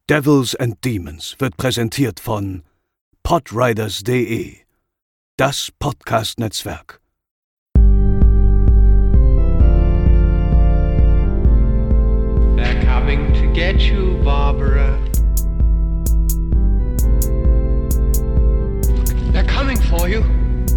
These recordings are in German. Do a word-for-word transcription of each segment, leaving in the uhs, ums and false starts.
Devils and Demons wird präsentiert von podriders punkt de, das Podcast-Netzwerk. They're coming to get you, Barbara. They're coming for you.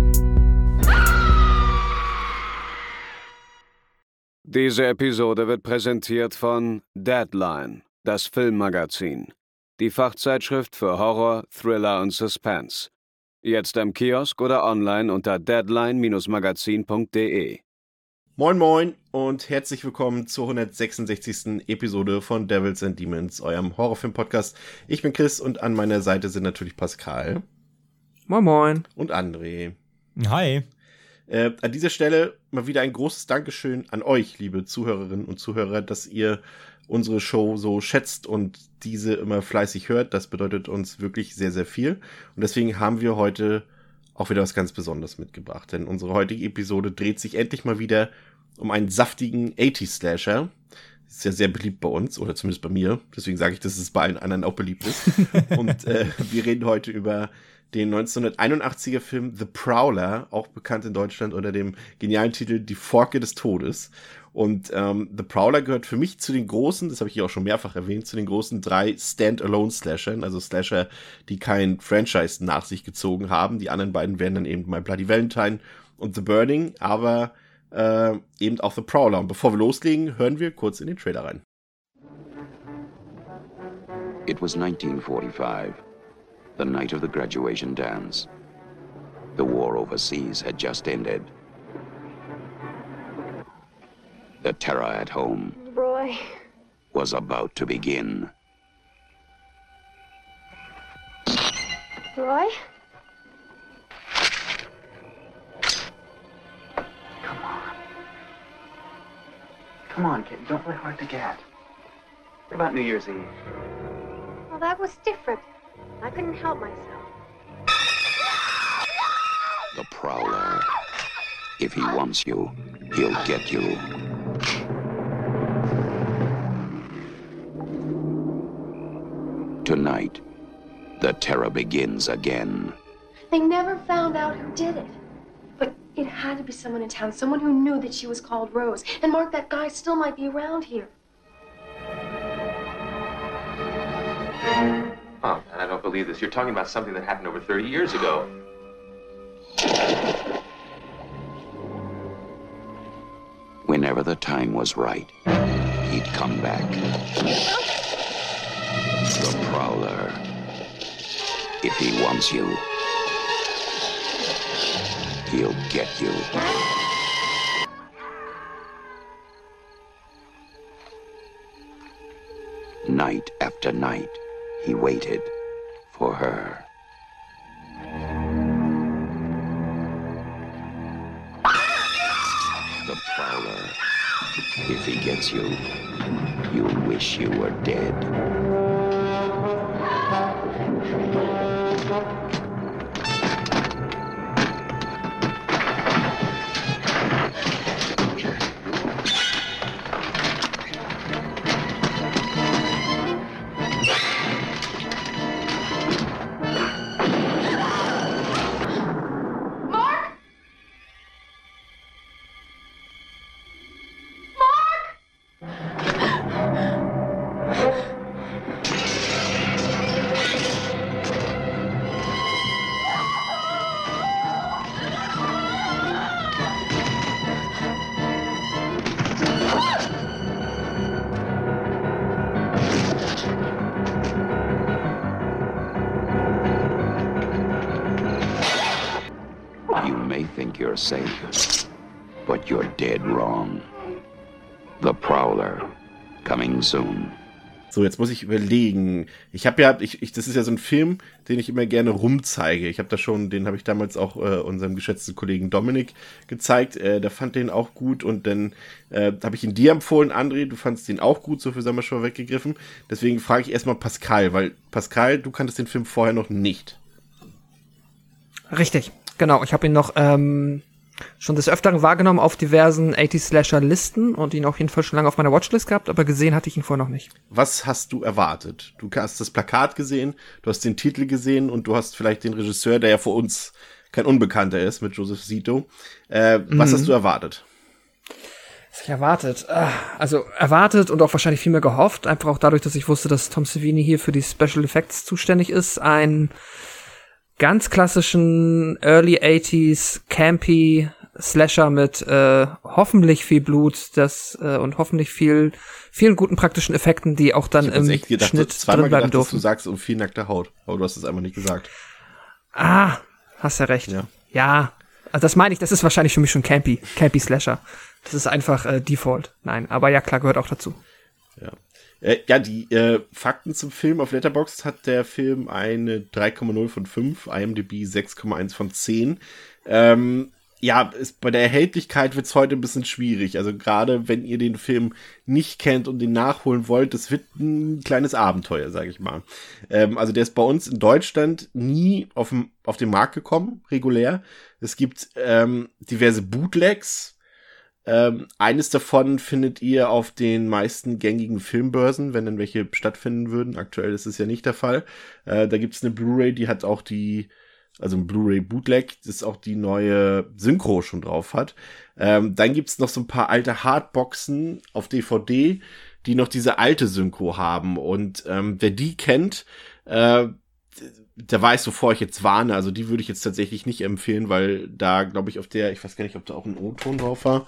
Diese Episode wird präsentiert von Deadline, das Filmmagazin. Die Fachzeitschrift für Horror, Thriller und Suspense. Jetzt im Kiosk oder online unter deadline Bindestrich magazin punkt de. Moin moin und herzlich willkommen zur hundertsechsundsechzigsten Episode von Devils and Demons, eurem Horrorfilm-Podcast. Ich bin Chris und an meiner Seite sind natürlich Pascal. Moin moin. Und André. Hi. Äh, an dieser Stelle mal wieder ein großes Dankeschön an euch, liebe Zuhörerinnen und Zuhörer, dass ihr unsere Show so schätzt und diese immer fleißig hört. Das bedeutet uns wirklich sehr, sehr viel. Und deswegen haben wir heute auch wieder was ganz Besonderes mitgebracht. Denn unsere heutige Episode dreht sich endlich mal wieder um einen saftigen achtziger-Slasher. Das ist ja sehr beliebt bei uns, oder zumindest bei mir. Deswegen sage ich, dass es bei allen anderen auch beliebt ist. Und äh, wir reden heute über den neunzehnhunderteinundachtziger Film The Prowler, auch bekannt in Deutschland unter dem genialen Titel Die Forke des Todes. Und ähm, The Prowler gehört für mich zu den großen, das habe ich hier auch schon mehrfach erwähnt, zu den großen drei Stand-Alone-Slashern, also Slasher, die kein Franchise nach sich gezogen haben. Die anderen beiden wären dann eben My Bloody Valentine und The Burning, aber äh, eben auch The Prowler. Und bevor wir loslegen, hören wir kurz in den Trailer rein. It was nineteen forty-five. The night of the graduation dance. The war overseas had just ended. The terror at home Roy was about to begin. Roy? Come on. Come on, kid. Don't play hard to get. What about New Year's Eve? Well, that was different. I couldn't help myself. The Prowler. If he wants you, he'll get you. Tonight, the terror begins again. They never found out who did it. But it had to be someone in town, someone who knew that she was called Rose. And Mark, that guy still might be around here. Oh, I don't believe this. You're talking about something that happened over thirty years ago. Whenever the time was right, he'd come back. The Prowler. If he wants you, he'll get you. Night after night, he waited for her. The Prowler. If he gets you, you'll wish you were dead. You're safe, but you're dead wrong. The Prowler, coming soon. So, jetzt muss ich überlegen. Ich habe ja, ich, ich, das ist ja so ein Film, den ich immer gerne rumzeige. Ich habe da schon, den habe ich damals auch äh, unserem geschätzten Kollegen Dominik gezeigt. Äh, der fand den auch gut und dann äh, habe ich ihn dir empfohlen, André. Du fandst den auch gut, so viel sind wir schon weggegriffen. Deswegen frage ich erstmal Pascal, weil Pascal, du kanntest den Film vorher noch nicht. Richtig, genau. Ich habe ihn noch ähm, schon des Öfteren wahrgenommen auf diversen achtziger-Slasher-Listen und ihn auf jeden Fall schon lange auf meiner Watchlist gehabt, aber gesehen hatte ich ihn vorher noch nicht. Was hast du erwartet? Du hast das Plakat gesehen, du hast den Titel gesehen und du hast vielleicht den Regisseur, der ja für uns kein Unbekannter ist, mit Joseph Zito. Äh, was mhm. hast du erwartet? Was ich erwartet? Also erwartet und auch wahrscheinlich viel mehr gehofft, einfach auch dadurch, dass ich wusste, dass Tom Savini hier für die Special Effects zuständig ist. Ein ganz klassischen Early achtziger campy Slasher mit äh, hoffentlich viel Blut das äh, und hoffentlich viel vielen guten praktischen Effekten, die auch dann im echt gedacht, Schnitt drin bleiben dürfen. Du sagst um viel nackte Haut, aber du hast es einfach nicht gesagt. Ah, hast ja recht. Ja, ja, also das meine ich, das ist wahrscheinlich für mich schon campy, campy Slasher. Das ist einfach äh, Default. Nein, aber ja, klar, gehört auch dazu. Ja. Äh, ja, die äh, Fakten zum Film. Auf Letterboxd hat der Film eine drei Komma null von fünf, IMDb sechs Komma eins von zehn. Ähm, ja, ist, bei der Erhältlichkeit wird's heute ein bisschen schwierig. Also gerade wenn ihr den Film nicht kennt und den nachholen wollt, das wird ein kleines Abenteuer, sage ich mal. Ähm, also der ist bei uns in Deutschland nie auf, dem, auf den Markt gekommen, regulär. Es gibt ähm, diverse Bootlegs. Ähm, eines davon findet ihr auf den meisten gängigen Filmbörsen, wenn denn welche stattfinden würden. Aktuell ist es ja nicht der Fall. Äh, da gibt's eine Blu-ray, die hat auch die, also ein Blu-ray Bootleg, das auch die neue Synchro schon drauf hat. Ähm, dann gibt's noch so ein paar alte Hardboxen auf D V D, die noch diese alte Synchro haben. Und ähm, wer die kennt, äh, der weiß, wovor ich jetzt warne. Also die würde ich jetzt tatsächlich nicht empfehlen, weil da, glaube ich, auf der, ich weiß gar nicht, ob da auch ein O-Ton drauf war.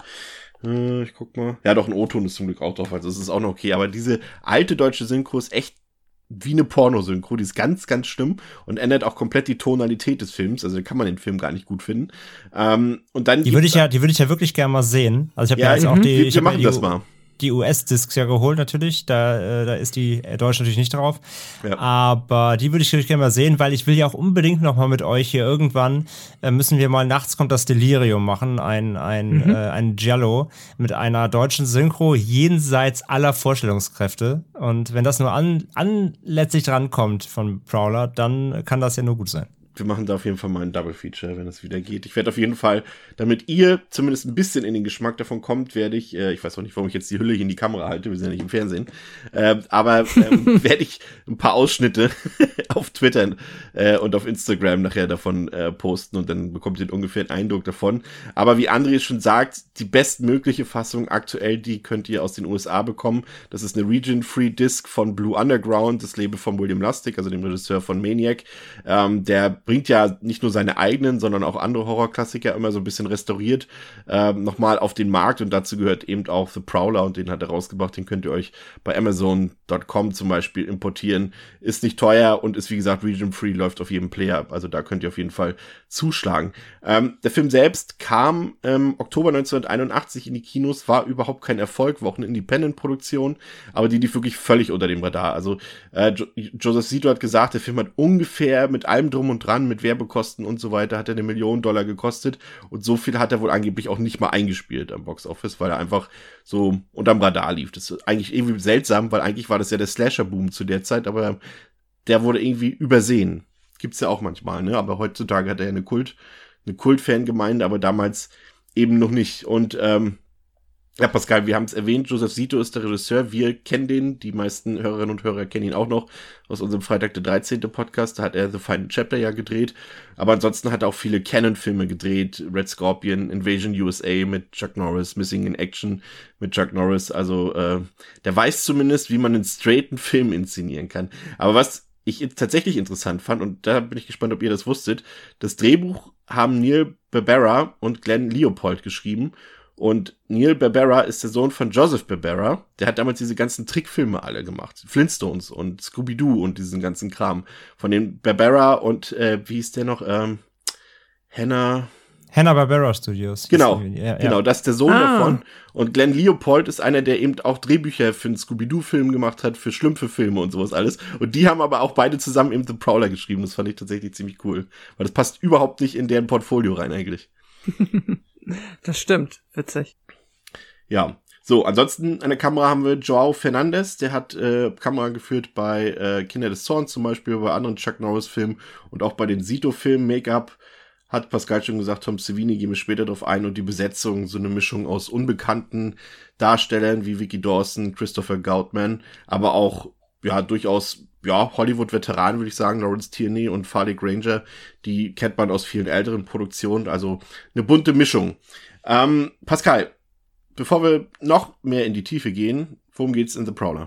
Äh, ich guck mal. Ja, doch, ein O-Ton ist zum Glück auch drauf, also das ist auch noch okay. Aber diese alte deutsche Synchro ist echt wie eine Pornosynchro. Die ist ganz, ganz schlimm und ändert auch komplett die Tonalität des Films. Also da kann man den Film gar nicht gut finden. Ähm, und dann die würde ich ja, die würde ich ja wirklich gerne mal sehen. Also ich habe ja, ja jetzt auch die, wir, ich wir machen ja die, das mal. Die U S-Discs ja geholt natürlich, da, äh, da ist die äh, Deutsch natürlich nicht drauf, ja. Aber die würde ich natürlich gerne mal sehen, weil ich will ja auch unbedingt noch mal mit euch hier irgendwann, äh, müssen wir mal Nachts kommt das Delirium machen, ein, ein, mhm. äh, ein Giallo mit einer deutschen Synchro jenseits aller Vorstellungskräfte und wenn das nur an, an letztlich drankommt von Prowler, dann kann das ja nur gut sein. Wir machen da auf jeden Fall mal ein Double Feature, wenn es wieder geht. Ich werde auf jeden Fall, damit ihr zumindest ein bisschen in den Geschmack davon kommt, werde ich, äh, ich weiß auch nicht, warum ich jetzt die Hülle hier in die Kamera halte, wir sind ja nicht im Fernsehen, äh, aber ähm, werde ich ein paar Ausschnitte auf Twitter äh, und auf Instagram nachher davon äh, posten und dann bekommt ihr ungefähr einen Eindruck davon. Aber wie André schon sagt, die bestmögliche Fassung aktuell, die könnt ihr aus den U S A bekommen. Das ist eine Region-Free Disc von Blue Underground, das Leben von William Lustig, also dem Regisseur von Maniac. Ähm, der bringt ja nicht nur seine eigenen, sondern auch andere Horrorklassiker immer so ein bisschen restauriert ähm, nochmal auf den Markt und dazu gehört eben auch The Prowler und den hat er rausgebracht, den könnt ihr euch bei Amazon Punkt com zum Beispiel importieren, ist nicht teuer und ist wie gesagt Region Free, läuft auf jedem Player, also da könnt ihr auf jeden Fall zuschlagen. Ähm, der Film selbst kam ähm, Oktober neunzehnhunderteinundachtzig in die Kinos, war überhaupt kein Erfolg, war auch eine Independent-Produktion, aber die lief wirklich völlig unter dem Radar. Also äh, jo- Joseph Zito hat gesagt, der Film hat ungefähr mit allem drum und dran, mit Werbekosten und so weiter, hat er eine Million Dollar gekostet und so viel hat er wohl angeblich auch nicht mal eingespielt am Box-Office, weil er einfach so unterm Radar lief. Das ist eigentlich irgendwie seltsam, weil eigentlich war das ja der Slasher-Boom zu der Zeit, aber der wurde irgendwie übersehen. Gibt's ja auch manchmal, ne? Aber heutzutage hat er ja eine Kult, eine Kult-Fangemeinde, aber damals eben noch nicht. Und ähm, ja, Pascal, wir haben es erwähnt, Joseph Zito ist der Regisseur, wir kennen den, die meisten Hörerinnen und Hörer kennen ihn auch noch aus unserem Freitag der dreizehnte Podcast, da hat er The Final Chapter ja gedreht, aber ansonsten hat er auch viele Canon-Filme gedreht, Red Scorpion, Invasion U S A mit Chuck Norris, Missing in Action mit Chuck Norris, also äh, der weiß zumindest, wie man einen straighten Film inszenieren kann. Aber was ich tatsächlich interessant fand, und da bin ich gespannt, ob ihr das wusstet, das Drehbuch haben Neil Barbera und Glenn Leopold geschrieben. Und Neil Barbera ist der Sohn von Joseph Barbera. Der hat damals diese ganzen Trickfilme alle gemacht. Flintstones und Scooby-Doo und diesen ganzen Kram. Von den Barbera und, äh, wie hieß der noch? Ähm, Hanna... Hanna-Barbera Studios. Genau, ja, genau, ja. das ist der Sohn ah. davon. Und Glenn Leopold ist einer, der eben auch Drehbücher für einen Scooby-Doo-Film gemacht hat, für Schlümpfe-Filme und sowas alles. Und die haben aber auch beide zusammen eben The Prowler geschrieben. Das fand ich tatsächlich ziemlich cool. Weil das passt überhaupt nicht in deren Portfolio rein eigentlich. Das stimmt, witzig. Ja, so, ansonsten an der Kamera haben wir Joao Fernandes, der hat äh, Kamera geführt bei äh, Kinder des Zorns zum Beispiel, bei anderen Chuck Norris-Filmen und auch bei den Zito-Filmen, Make-up. hat Pascal schon gesagt, Tom Savini, gehen wir später drauf ein, und die Besetzung, so eine Mischung aus unbekannten Darstellern wie Vicky Dawson, Christopher Goutman, aber auch, ja, durchaus, ja, Hollywood-Veteranen, würde ich sagen, Lawrence Tierney und Farley Granger, die kennt man aus vielen älteren Produktionen, also eine bunte Mischung. Ähm, Pascal, bevor wir noch mehr in die Tiefe gehen, worum geht's in The Prowler?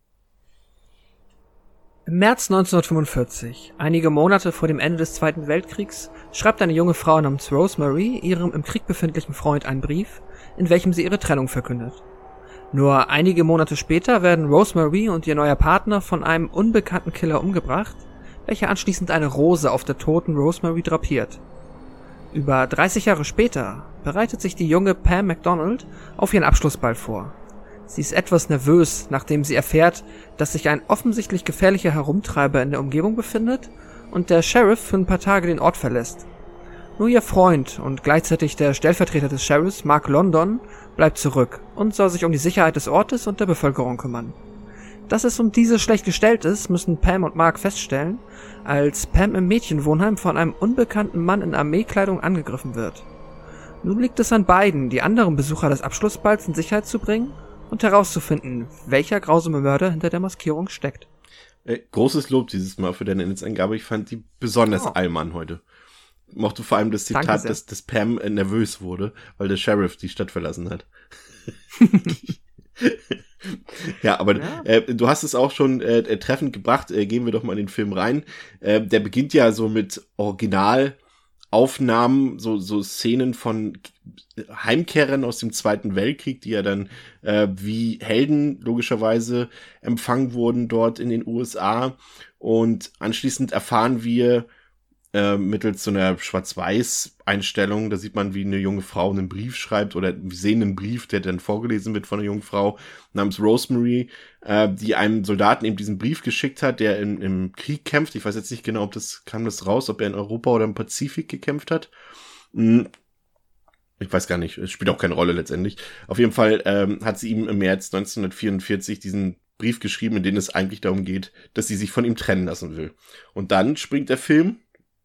Im März neunzehnhundertfünfundvierzig, einige Monate vor dem Ende des Zweiten Weltkriegs, schreibt eine junge Frau namens Rosemary ihrem im Krieg befindlichen Freund einen Brief, in welchem sie ihre Trennung verkündet. Nur einige Monate später werden Rosemary und ihr neuer Partner von einem unbekannten Killer umgebracht, welcher anschließend eine Rose auf der toten Rosemary drapiert. Über dreißig Jahre später bereitet sich die junge Pam McDonald auf ihren Abschlussball vor. Sie ist etwas nervös, nachdem sie erfährt, dass sich ein offensichtlich gefährlicher Herumtreiber in der Umgebung befindet und der Sheriff für ein paar Tage den Ort verlässt. Nur ihr Freund und gleichzeitig der Stellvertreter des Sheriffs, Mark London, bleibt zurück und soll sich um die Sicherheit des Ortes und der Bevölkerung kümmern. Dass es um diese schlecht gestellt ist, müssen Pam und Mark feststellen, als Pam im Mädchenwohnheim von einem unbekannten Mann in Armeekleidung angegriffen wird. Nun liegt es an beiden, die anderen Besucher des Abschlussballs in Sicherheit zu bringen und herauszufinden, welcher grausame Mörder hinter der Maskierung steckt. Äh, großes Lob dieses Mal für deine Netzangabe. Ich fand die besonders oh. allmann heute. Mochte vor allem das Zitat, dass, dass Pam äh, nervös wurde, weil der Sheriff die Stadt verlassen hat. Ja, aber ja. Äh, du hast es auch schon äh, treffend gebracht. Äh, gehen wir doch mal in den Film rein. Äh, der beginnt ja so mit Originalaufnahmen, so so Szenen von Heimkehrern aus dem Zweiten Weltkrieg, die ja dann äh, wie Helden logischerweise empfangen wurden dort in den U S A. Und anschließend erfahren wir äh, mittels so einer Schwarz-Weiß-Einstellung, da sieht man, wie eine junge Frau einen Brief schreibt, oder wir sehen einen Brief, der dann vorgelesen wird von einer jungen Frau namens Rosemary, äh, die einem Soldaten eben diesen Brief geschickt hat, der im, im Krieg kämpft. Ich weiß jetzt nicht genau, ob das, kam das raus, ob er in Europa oder im Pazifik gekämpft hat. Hm. Ich weiß gar nicht, es spielt auch keine Rolle letztendlich. Auf jeden Fall ähm, hat sie ihm im März neunzehnhundertvierundvierzig diesen Brief geschrieben, in dem es eigentlich darum geht, dass sie sich von ihm trennen lassen will. Und dann springt der Film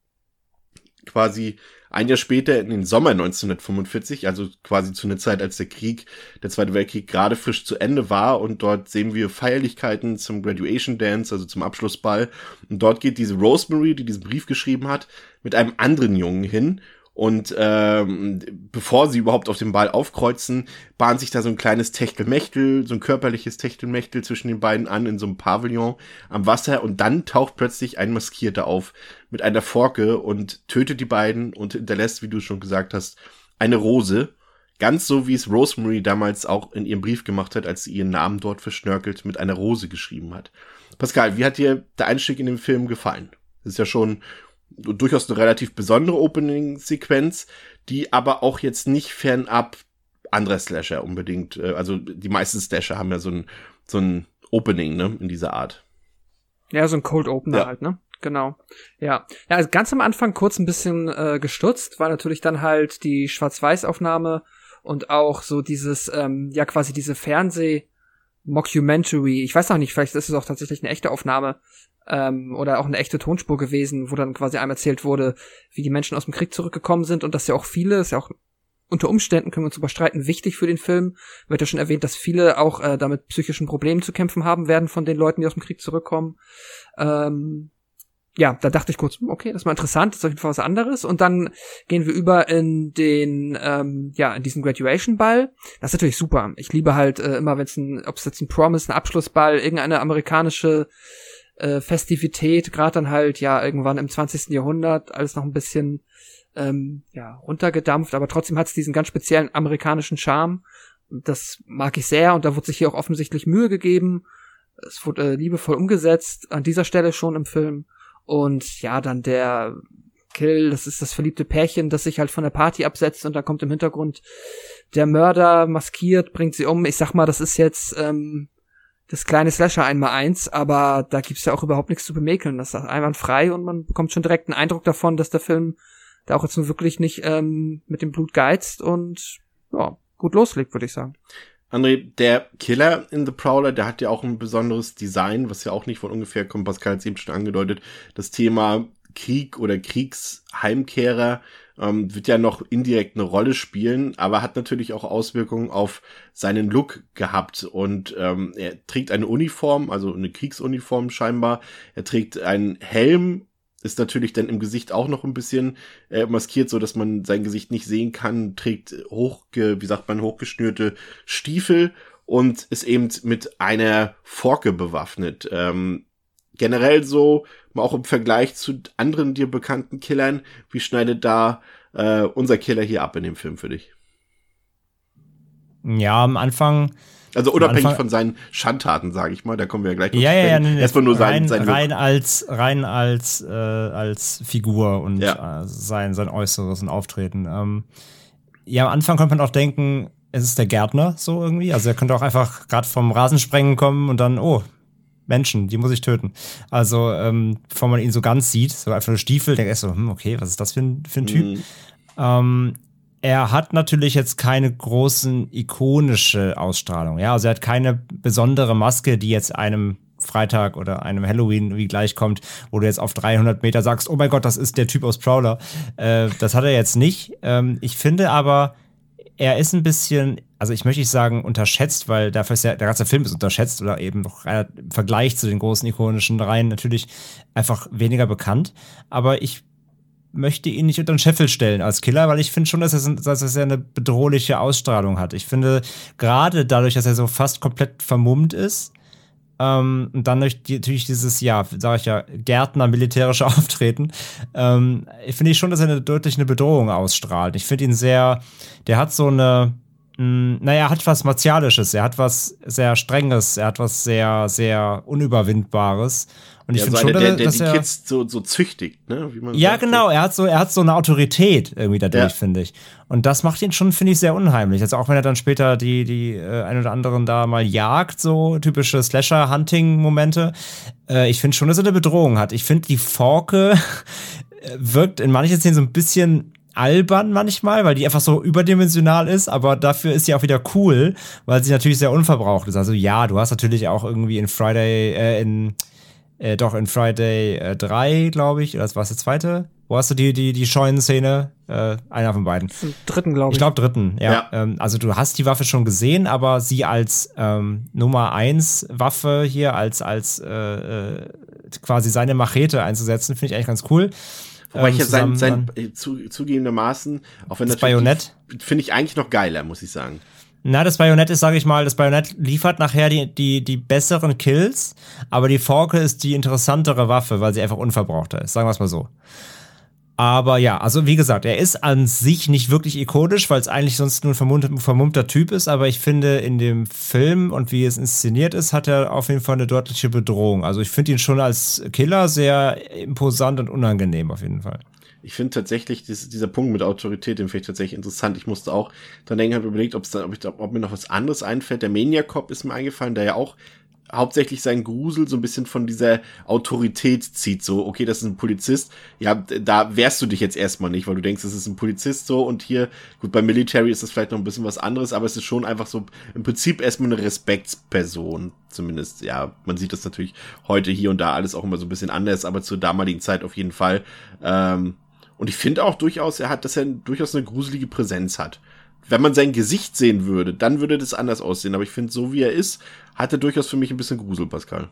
quasi ein Jahr später in den Sommer neunzehnhundertfünfundvierzig, also quasi zu einer Zeit, als der Krieg, der Zweite Weltkrieg gerade frisch zu Ende war, und dort sehen wir Feierlichkeiten zum Graduation Dance, also zum Abschlussball. Und dort geht diese Rosemary, die diesen Brief geschrieben hat, mit einem anderen Jungen hin. Und ähm, bevor sie überhaupt auf dem Ball aufkreuzen, bahnt sich da so ein kleines Techtelmechtel, so ein körperliches Techtelmechtel zwischen den beiden an in so einem Pavillon am Wasser, und dann taucht plötzlich ein Maskierter auf mit einer Forke und tötet die beiden und hinterlässt, wie du schon gesagt hast, eine Rose. Ganz so, wie es Rosemary damals auch in ihrem Brief gemacht hat, als sie ihren Namen dort verschnörkelt mit einer Rose geschrieben hat. Pascal, wie hat dir der Einstieg in den Film gefallen? Das ist ja schon durchaus eine relativ besondere Opening-Sequenz, die aber auch jetzt nicht fernab anderer Slasher unbedingt, also die meisten Slasher haben ja so ein, so ein Opening, ne, in dieser Art. Ja, so ein Cold Opener ja. halt, ne? Genau. Ja. Ja, also ganz am Anfang kurz ein bisschen äh, gestutzt, war natürlich dann halt die Schwarz-Weiß-Aufnahme und auch so dieses, ähm, ja quasi diese Fernseh-Mockumentary, ich weiß auch nicht, vielleicht ist es auch tatsächlich eine echte Aufnahme, Ähm, oder auch eine echte Tonspur gewesen, wo dann quasi einem erzählt wurde, wie die Menschen aus dem Krieg zurückgekommen sind, und dass ja auch viele, ist ja auch unter Umständen, können wir uns überstreiten, wichtig für den Film. Wird ja schon erwähnt, dass viele auch äh, damit psychischen Problemen zu kämpfen haben werden von den Leuten, die aus dem Krieg zurückkommen. Ähm, ja, da dachte ich kurz, okay, das ist mal interessant, das ist auf jeden Fall was anderes. Und dann gehen wir über in den, ähm, ja, in diesen Graduation-Ball. Das ist natürlich super. Ich liebe halt äh, immer, wenn es ein, ob es jetzt ein Prom ist, ein Abschlussball, irgendeine amerikanische Festivität, gerade dann halt ja irgendwann im zwanzigsten Jahrhundert, alles noch ein bisschen ähm, ja runtergedampft, aber trotzdem hat es diesen ganz speziellen amerikanischen Charme. Das mag ich sehr, und da wurde sich hier auch offensichtlich Mühe gegeben. Es wurde äh, liebevoll umgesetzt, an dieser Stelle schon im Film. Und ja, dann der Kill, das ist das verliebte Pärchen, das sich halt von der Party absetzt, und da kommt im Hintergrund der Mörder maskiert, bringt sie um. Ich sag mal, das ist jetzt ähm, das kleine Slasher einmal eins, aber da gibt's ja auch überhaupt nichts zu bemäkeln. Das ist einwandfrei, und man bekommt schon direkt einen Eindruck davon, dass der Film da auch jetzt nur wirklich nicht ähm, mit dem Blut geizt und ja, gut loslegt, würde ich sagen. André, der Killer in The Prowler, der hat ja auch ein besonderes Design, was ja auch nicht von ungefähr kommt. Pascal hat es eben schon angedeutet. Das Thema Krieg oder Kriegsheimkehrer, ähm, wird ja noch indirekt eine Rolle spielen, aber hat natürlich auch Auswirkungen auf seinen Look gehabt. Und ähm, er trägt eine Uniform, also eine Kriegsuniform scheinbar. Er trägt einen Helm, ist natürlich dann im Gesicht auch noch ein bisschen äh, maskiert, so dass man sein Gesicht nicht sehen kann, trägt hochge, wie sagt man, hochgeschnürte Stiefel und ist eben mit einer Forke bewaffnet. Ähm, generell so, mal auch im Vergleich zu anderen dir bekannten Killern, wie schneidet da äh, unser Killer hier ab in dem Film für dich? Ja, am Anfang... Also unabhängig Anfang, von seinen Schandtaten, sage ich mal, da kommen wir ja gleich noch ja, zu sprechen. Ja, nee, nee, erstmal nur rein, sein, sein rein als rein als äh, als Figur und ja. äh, sein sein Äußeres und Auftreten. Ähm, ja, am Anfang könnte man auch denken, es ist der Gärtner so irgendwie. Also er könnte auch einfach gerade vom Rasensprengen kommen und dann, oh, Menschen, die muss ich töten. Also ähm, bevor man ihn so ganz sieht, so einfach nur Stiefel, denkt er so, hm, okay, was ist das für ein für ein Typ? Mhm. Ähm, Er hat natürlich jetzt keine großen ikonische Ausstrahlung. Ja, also er hat keine besondere Maske, die jetzt einem Freitag oder einem Halloween wie gleich kommt, wo du jetzt auf dreihundert Meter sagst, oh mein Gott, das ist der Typ aus Prowler. Äh, das hat er jetzt nicht. Ähm, ich finde aber, er ist ein bisschen, also ich möchte nicht sagen unterschätzt, weil dafür ist ja, der ganze Film ist unterschätzt oder eben noch im Vergleich zu den großen ikonischen Reihen natürlich einfach weniger bekannt. Aber ich möchte ihn nicht unter den Scheffel stellen als Killer, weil ich finde schon, dass er, dass er eine bedrohliche Ausstrahlung hat. Ich finde, gerade dadurch, dass er so fast komplett vermummt ist, ähm, und dann durch die, natürlich dieses, ja, sage ich ja, Gärtner militärische Auftreten, ähm, finde ich schon, dass er eine deutlich eine Bedrohung ausstrahlt. Ich finde ihn sehr, der hat so eine, mh, naja, er hat was Martialisches, er hat was sehr Strenges, er hat was sehr, sehr Unüberwindbares. Und ich ja, finde so schon, der, der dass die er, Kids so, so züchtigt, ne? Wie man ja, sagt, genau, so. er hat so, er hat so eine Autorität irgendwie dadurch, ja. finde ich. Und das macht ihn schon, finde ich, sehr unheimlich. Also auch wenn er dann später die, die äh, ein oder anderen da mal jagt, so typische Slasher-Hunting-Momente. Äh, ich finde schon, dass er eine Bedrohung hat. Ich finde, die Forke wirkt in manchen Szenen so ein bisschen albern manchmal, weil die einfach so überdimensional ist, aber dafür ist sie auch wieder cool, weil sie natürlich sehr unverbraucht ist. Also ja, du hast natürlich auch irgendwie in Friday, äh, in Äh, doch, in Friday äh, drei, glaube ich, oder das war der zweite. Wo hast du die, die, die Scheunenszene? Äh, einer von beiden. Im dritten, glaube ich. Ich glaube, dritten, ja. ja. Ähm, also du hast die Waffe schon gesehen, aber sie als ähm, Nummer eins Waffe hier, als, als äh, äh, quasi seine Machete einzusetzen, finde ich eigentlich ganz cool. Wobei ähm, ich ja sein, sein zu, zugegebenermaßen, auch wenn das Bajonett, finde ich eigentlich noch geiler, muss ich sagen. Na, das Bajonett ist, sage ich mal, das Bajonett liefert nachher die, die, die besseren Kills, aber die Forke ist die interessantere Waffe, weil sie einfach unverbrauchter ist, sagen wir es mal so. Aber ja, also wie gesagt, er ist an sich nicht wirklich ikonisch, weil es eigentlich sonst nur ein vermummter, vermummter Typ ist, aber ich finde, in dem Film und wie es inszeniert ist, hat er auf jeden Fall eine deutliche Bedrohung. Also ich finde ihn schon als Killer sehr imposant und unangenehm auf jeden Fall. Ich finde tatsächlich, dieses, dieser Punkt mit Autorität, den finde ich tatsächlich interessant. Ich musste auch dran denken, habe überlegt, ob's da, ob, ich, ob mir noch was anderes einfällt. Der Maniac Cop ist mir eingefallen, der ja auch hauptsächlich seinen Grusel so ein bisschen von dieser Autorität zieht. So, okay, das ist ein Polizist. Ja, da wehrst du dich jetzt erstmal nicht, weil du denkst, es ist ein Polizist so. Und hier, gut, beim Military ist das vielleicht noch ein bisschen was anderes, aber es ist schon einfach so im Prinzip erstmal eine Respektsperson. Zumindest, ja, man sieht das natürlich heute hier und da alles auch immer so ein bisschen anders, aber zur damaligen Zeit auf jeden Fall. Ähm, Und ich finde auch durchaus, er hat, dass er durchaus eine gruselige Präsenz hat. Wenn man sein Gesicht sehen würde, dann würde das anders aussehen. Aber ich finde, so wie er ist, hat er durchaus für mich ein bisschen Grusel, Pascal.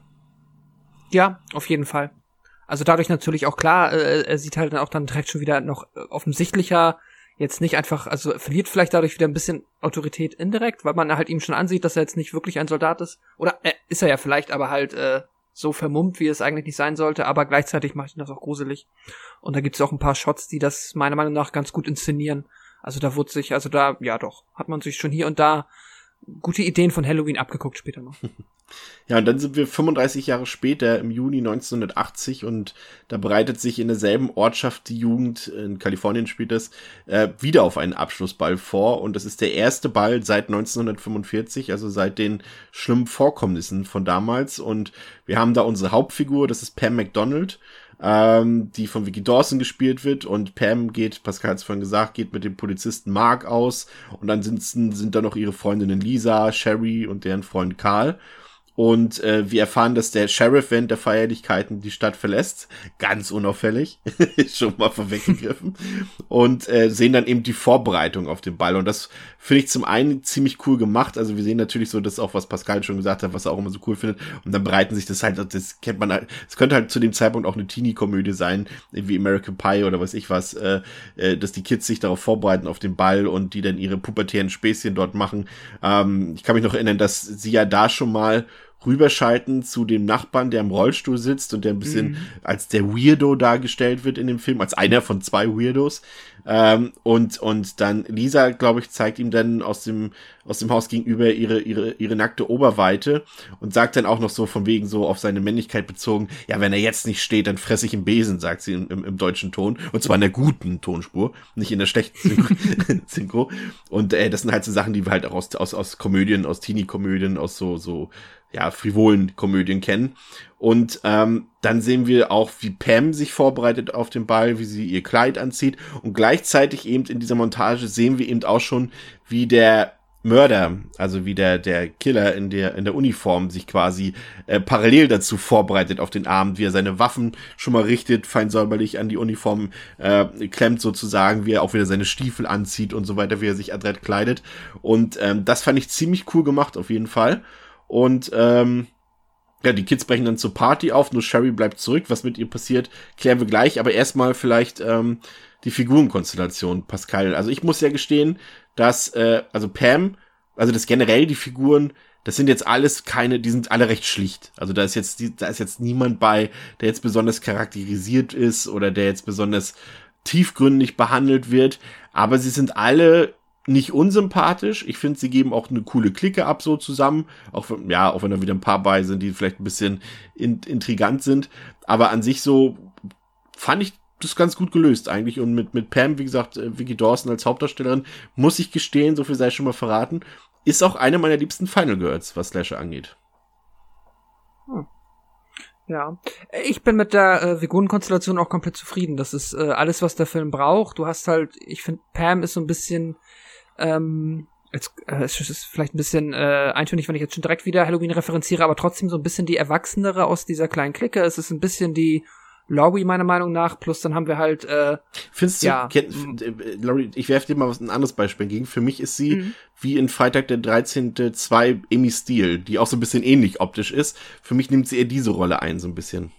Ja, auf jeden Fall. Also dadurch natürlich auch klar, äh, er sieht halt auch dann direkt schon wieder noch offensichtlicher, jetzt nicht einfach, also verliert vielleicht dadurch wieder ein bisschen Autorität indirekt, weil man halt ihm schon ansieht, dass er jetzt nicht wirklich ein Soldat ist. Oder äh, ist er ja vielleicht, aber halt äh, so vermummt, wie es eigentlich nicht sein sollte, aber gleichzeitig macht ihn das auch gruselig. Und da gibt's auch ein paar Shots, die das meiner Meinung nach ganz gut inszenieren. Also da wurde sich, also da, ja doch, hat man sich schon hier und da gute Ideen von Halloween abgeguckt später noch. Ja, und dann sind wir fünfunddreißig Jahre später im Juni neunzehnhundertachtzig und da bereitet sich in derselben Ortschaft die Jugend, in Kalifornien spielt das, äh, wieder auf einen Abschlussball vor und das ist der erste Ball seit neunzehnhundertfünfundvierzig, also seit den schlimmen Vorkommnissen von damals und wir haben da unsere Hauptfigur, das ist Pam McDonald, ähm, die von Vicky Dawson gespielt wird und Pam geht, Pascal hat es vorhin gesagt, geht mit dem Polizisten Mark aus und ansonsten sind da noch ihre Freundinnen Lisa, Sherry und deren Freund Carl. Und äh, wir erfahren, dass der Sheriff während der Feierlichkeiten die Stadt verlässt. Ganz unauffällig. Schon mal vorweggegriffen. Und äh, sehen dann eben die Vorbereitung auf den Ball. Und das finde ich zum einen ziemlich cool gemacht. Also wir sehen natürlich so, das ist auch, was Pascal schon gesagt hat, was er auch immer so cool findet. Und dann bereiten sich das halt, das kennt man halt, es könnte halt zu dem Zeitpunkt auch eine Teenie-Komödie sein, wie American Pie oder was ich was, äh, äh, dass die Kids sich darauf vorbereiten auf den Ball und die dann ihre pubertären Späßchen dort machen. Ähm, ich kann mich noch erinnern, dass sie ja da schon mal rüberschalten zu dem Nachbarn, der im Rollstuhl sitzt und der ein bisschen mhm. als der Weirdo dargestellt wird in dem Film, als einer von zwei Weirdos. Ähm, und und dann Lisa, glaube ich, zeigt ihm dann aus dem aus dem Haus gegenüber ihre ihre ihre nackte Oberweite und sagt dann auch noch so von wegen so auf seine Männlichkeit bezogen, ja, wenn er jetzt nicht steht, dann fresse ich im Besen, sagt sie im, im, im deutschen Ton. Und zwar in der guten Tonspur, nicht in der schlechten Synchro. Und äh, das sind halt so Sachen, die wir halt auch aus aus aus Komödien, aus Teenie-Komödien, aus so so ja, frivolen Komödien kennen. Und ähm, dann sehen wir auch, wie Pam sich vorbereitet auf den Ball, wie sie ihr Kleid anzieht. Und gleichzeitig eben in dieser Montage sehen wir eben auch schon, wie der Mörder, also wie der der Killer in der in der Uniform sich quasi äh, parallel dazu vorbereitet auf den Abend, wie er seine Waffen schon mal richtet, fein säuberlich an die Uniform äh, klemmt sozusagen, wie er auch wieder seine Stiefel anzieht und so weiter, wie er sich adrett kleidet. Und ähm, das fand ich ziemlich cool gemacht auf jeden Fall. Und ähm, ja, die Kids brechen dann zur Party auf, nur Sherry bleibt zurück. Was mit ihr passiert, klären wir gleich. Aber erstmal vielleicht ähm, die Figurenkonstellation, Pascal. Also ich muss ja gestehen, dass, äh, also Pam, also das generell die Figuren, das sind jetzt alles keine, die sind alle recht schlicht. Also da ist jetzt, die, da ist jetzt niemand bei, der jetzt besonders charakterisiert ist oder der jetzt besonders tiefgründig behandelt wird. Aber sie sind alle nicht unsympathisch. Ich finde, sie geben auch eine coole Clique ab so zusammen. Auch wenn, ja, auch wenn da wieder ein paar bei sind, die vielleicht ein bisschen in, intrigant sind. Aber an sich so fand ich das ganz gut gelöst eigentlich. Und mit, mit Pam, wie gesagt, Vicky Dawson als Hauptdarstellerin, muss ich gestehen, so viel sei schon mal verraten, ist auch eine meiner liebsten Final Girls, was Slasher angeht. Hm. Ja, ich bin mit der äh, Figurenkonstellation auch komplett zufrieden. Das ist äh, alles, was der Film braucht. Du hast halt, ich finde, Pam ist so ein bisschen Ähm, jetzt, äh, es ist vielleicht ein bisschen äh, eintönig, wenn ich jetzt schon direkt wieder Halloween referenziere, aber trotzdem so ein bisschen die Erwachsenere aus dieser kleinen Clique. Es ist ein bisschen die Laurie meiner Meinung nach, plus dann haben wir halt äh, Findest du, ja, Laurie, ich werfe dir mal ein anderes Beispiel entgegen. Für mich ist sie mhm. wie in Freitag der dreizehnte zwei Amy Steele, die auch so ein bisschen ähnlich optisch ist. Für mich nimmt sie eher diese Rolle ein, so ein bisschen.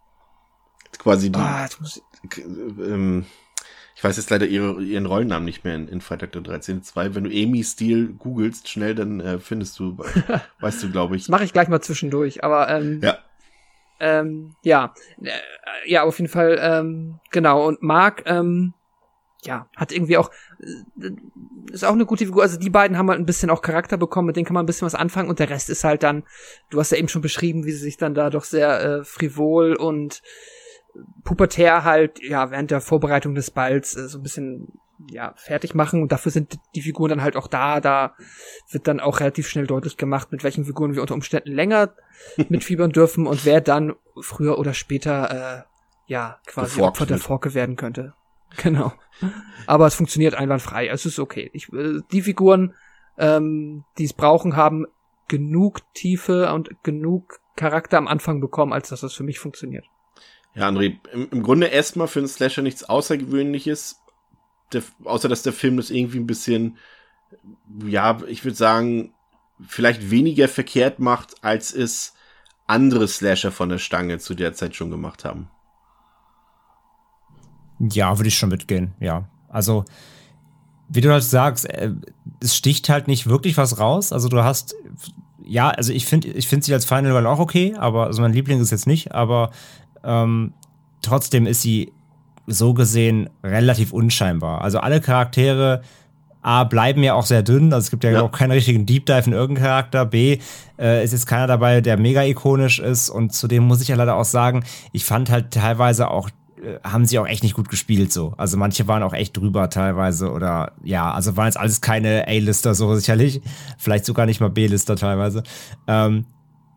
Quasi die ah, jetzt muss ich ähm, Ich weiß jetzt leider ihre, ihren Rollennamen nicht mehr in, in Freitag der dreizehnte zwei. Wenn du Amy Steele googelst, schnell, dann äh, findest du, weißt du, glaube ich. Das mache ich gleich mal zwischendurch, aber ähm, ja. Ähm, ja, äh, ja, auf jeden Fall, ähm, genau. Und Mark, ähm, ja, hat irgendwie auch, äh, ist auch eine gute Figur. Also die beiden haben halt ein bisschen auch Charakter bekommen, mit denen kann man ein bisschen was anfangen. Und der Rest ist halt dann, du hast ja eben schon beschrieben, wie sie sich dann da doch sehr äh, frivol und pubertär halt, ja, während der Vorbereitung des Balls äh, so ein bisschen, ja, fertig machen. Und dafür sind die Figuren dann halt auch da. Da wird dann auch relativ schnell deutlich gemacht, mit welchen Figuren wir unter Umständen länger mitfiebern dürfen und wer dann früher oder später, äh, ja, quasi Opfer der Forke werden könnte. Genau. Aber es funktioniert einwandfrei. Es ist okay. Ich, äh, die Figuren, ähm, die es brauchen, haben genug Tiefe und genug Charakter am Anfang bekommen, als dass das für mich funktioniert. Ja, André, im, im Grunde erstmal für einen Slasher nichts Außergewöhnliches, der, außer dass der Film das irgendwie ein bisschen, ja, ich würde sagen, vielleicht weniger verkehrt macht, als es andere Slasher von der Stange zu der Zeit schon gemacht haben. Ja, würde ich schon mitgehen, ja. Also, wie du halt sagst, äh, es sticht halt nicht wirklich was raus. Also du hast, ja, also ich finde ich finde sie als Final Girl auch okay, aber also mein Liebling ist jetzt nicht, aber ähm, trotzdem ist sie so gesehen relativ unscheinbar. Also alle Charaktere A, bleiben ja auch sehr dünn, also es gibt ja, ja. auch keinen richtigen Deep Dive in irgendeinen Charakter. B, äh, ist jetzt keiner dabei, der mega ikonisch ist, und zudem muss ich ja leider auch sagen, ich fand halt teilweise auch, äh, haben sie auch echt nicht gut gespielt so. Also manche waren auch echt drüber teilweise oder ja, also waren jetzt alles keine A-Lister so sicherlich, vielleicht sogar nicht mal B-Lister teilweise. Ähm,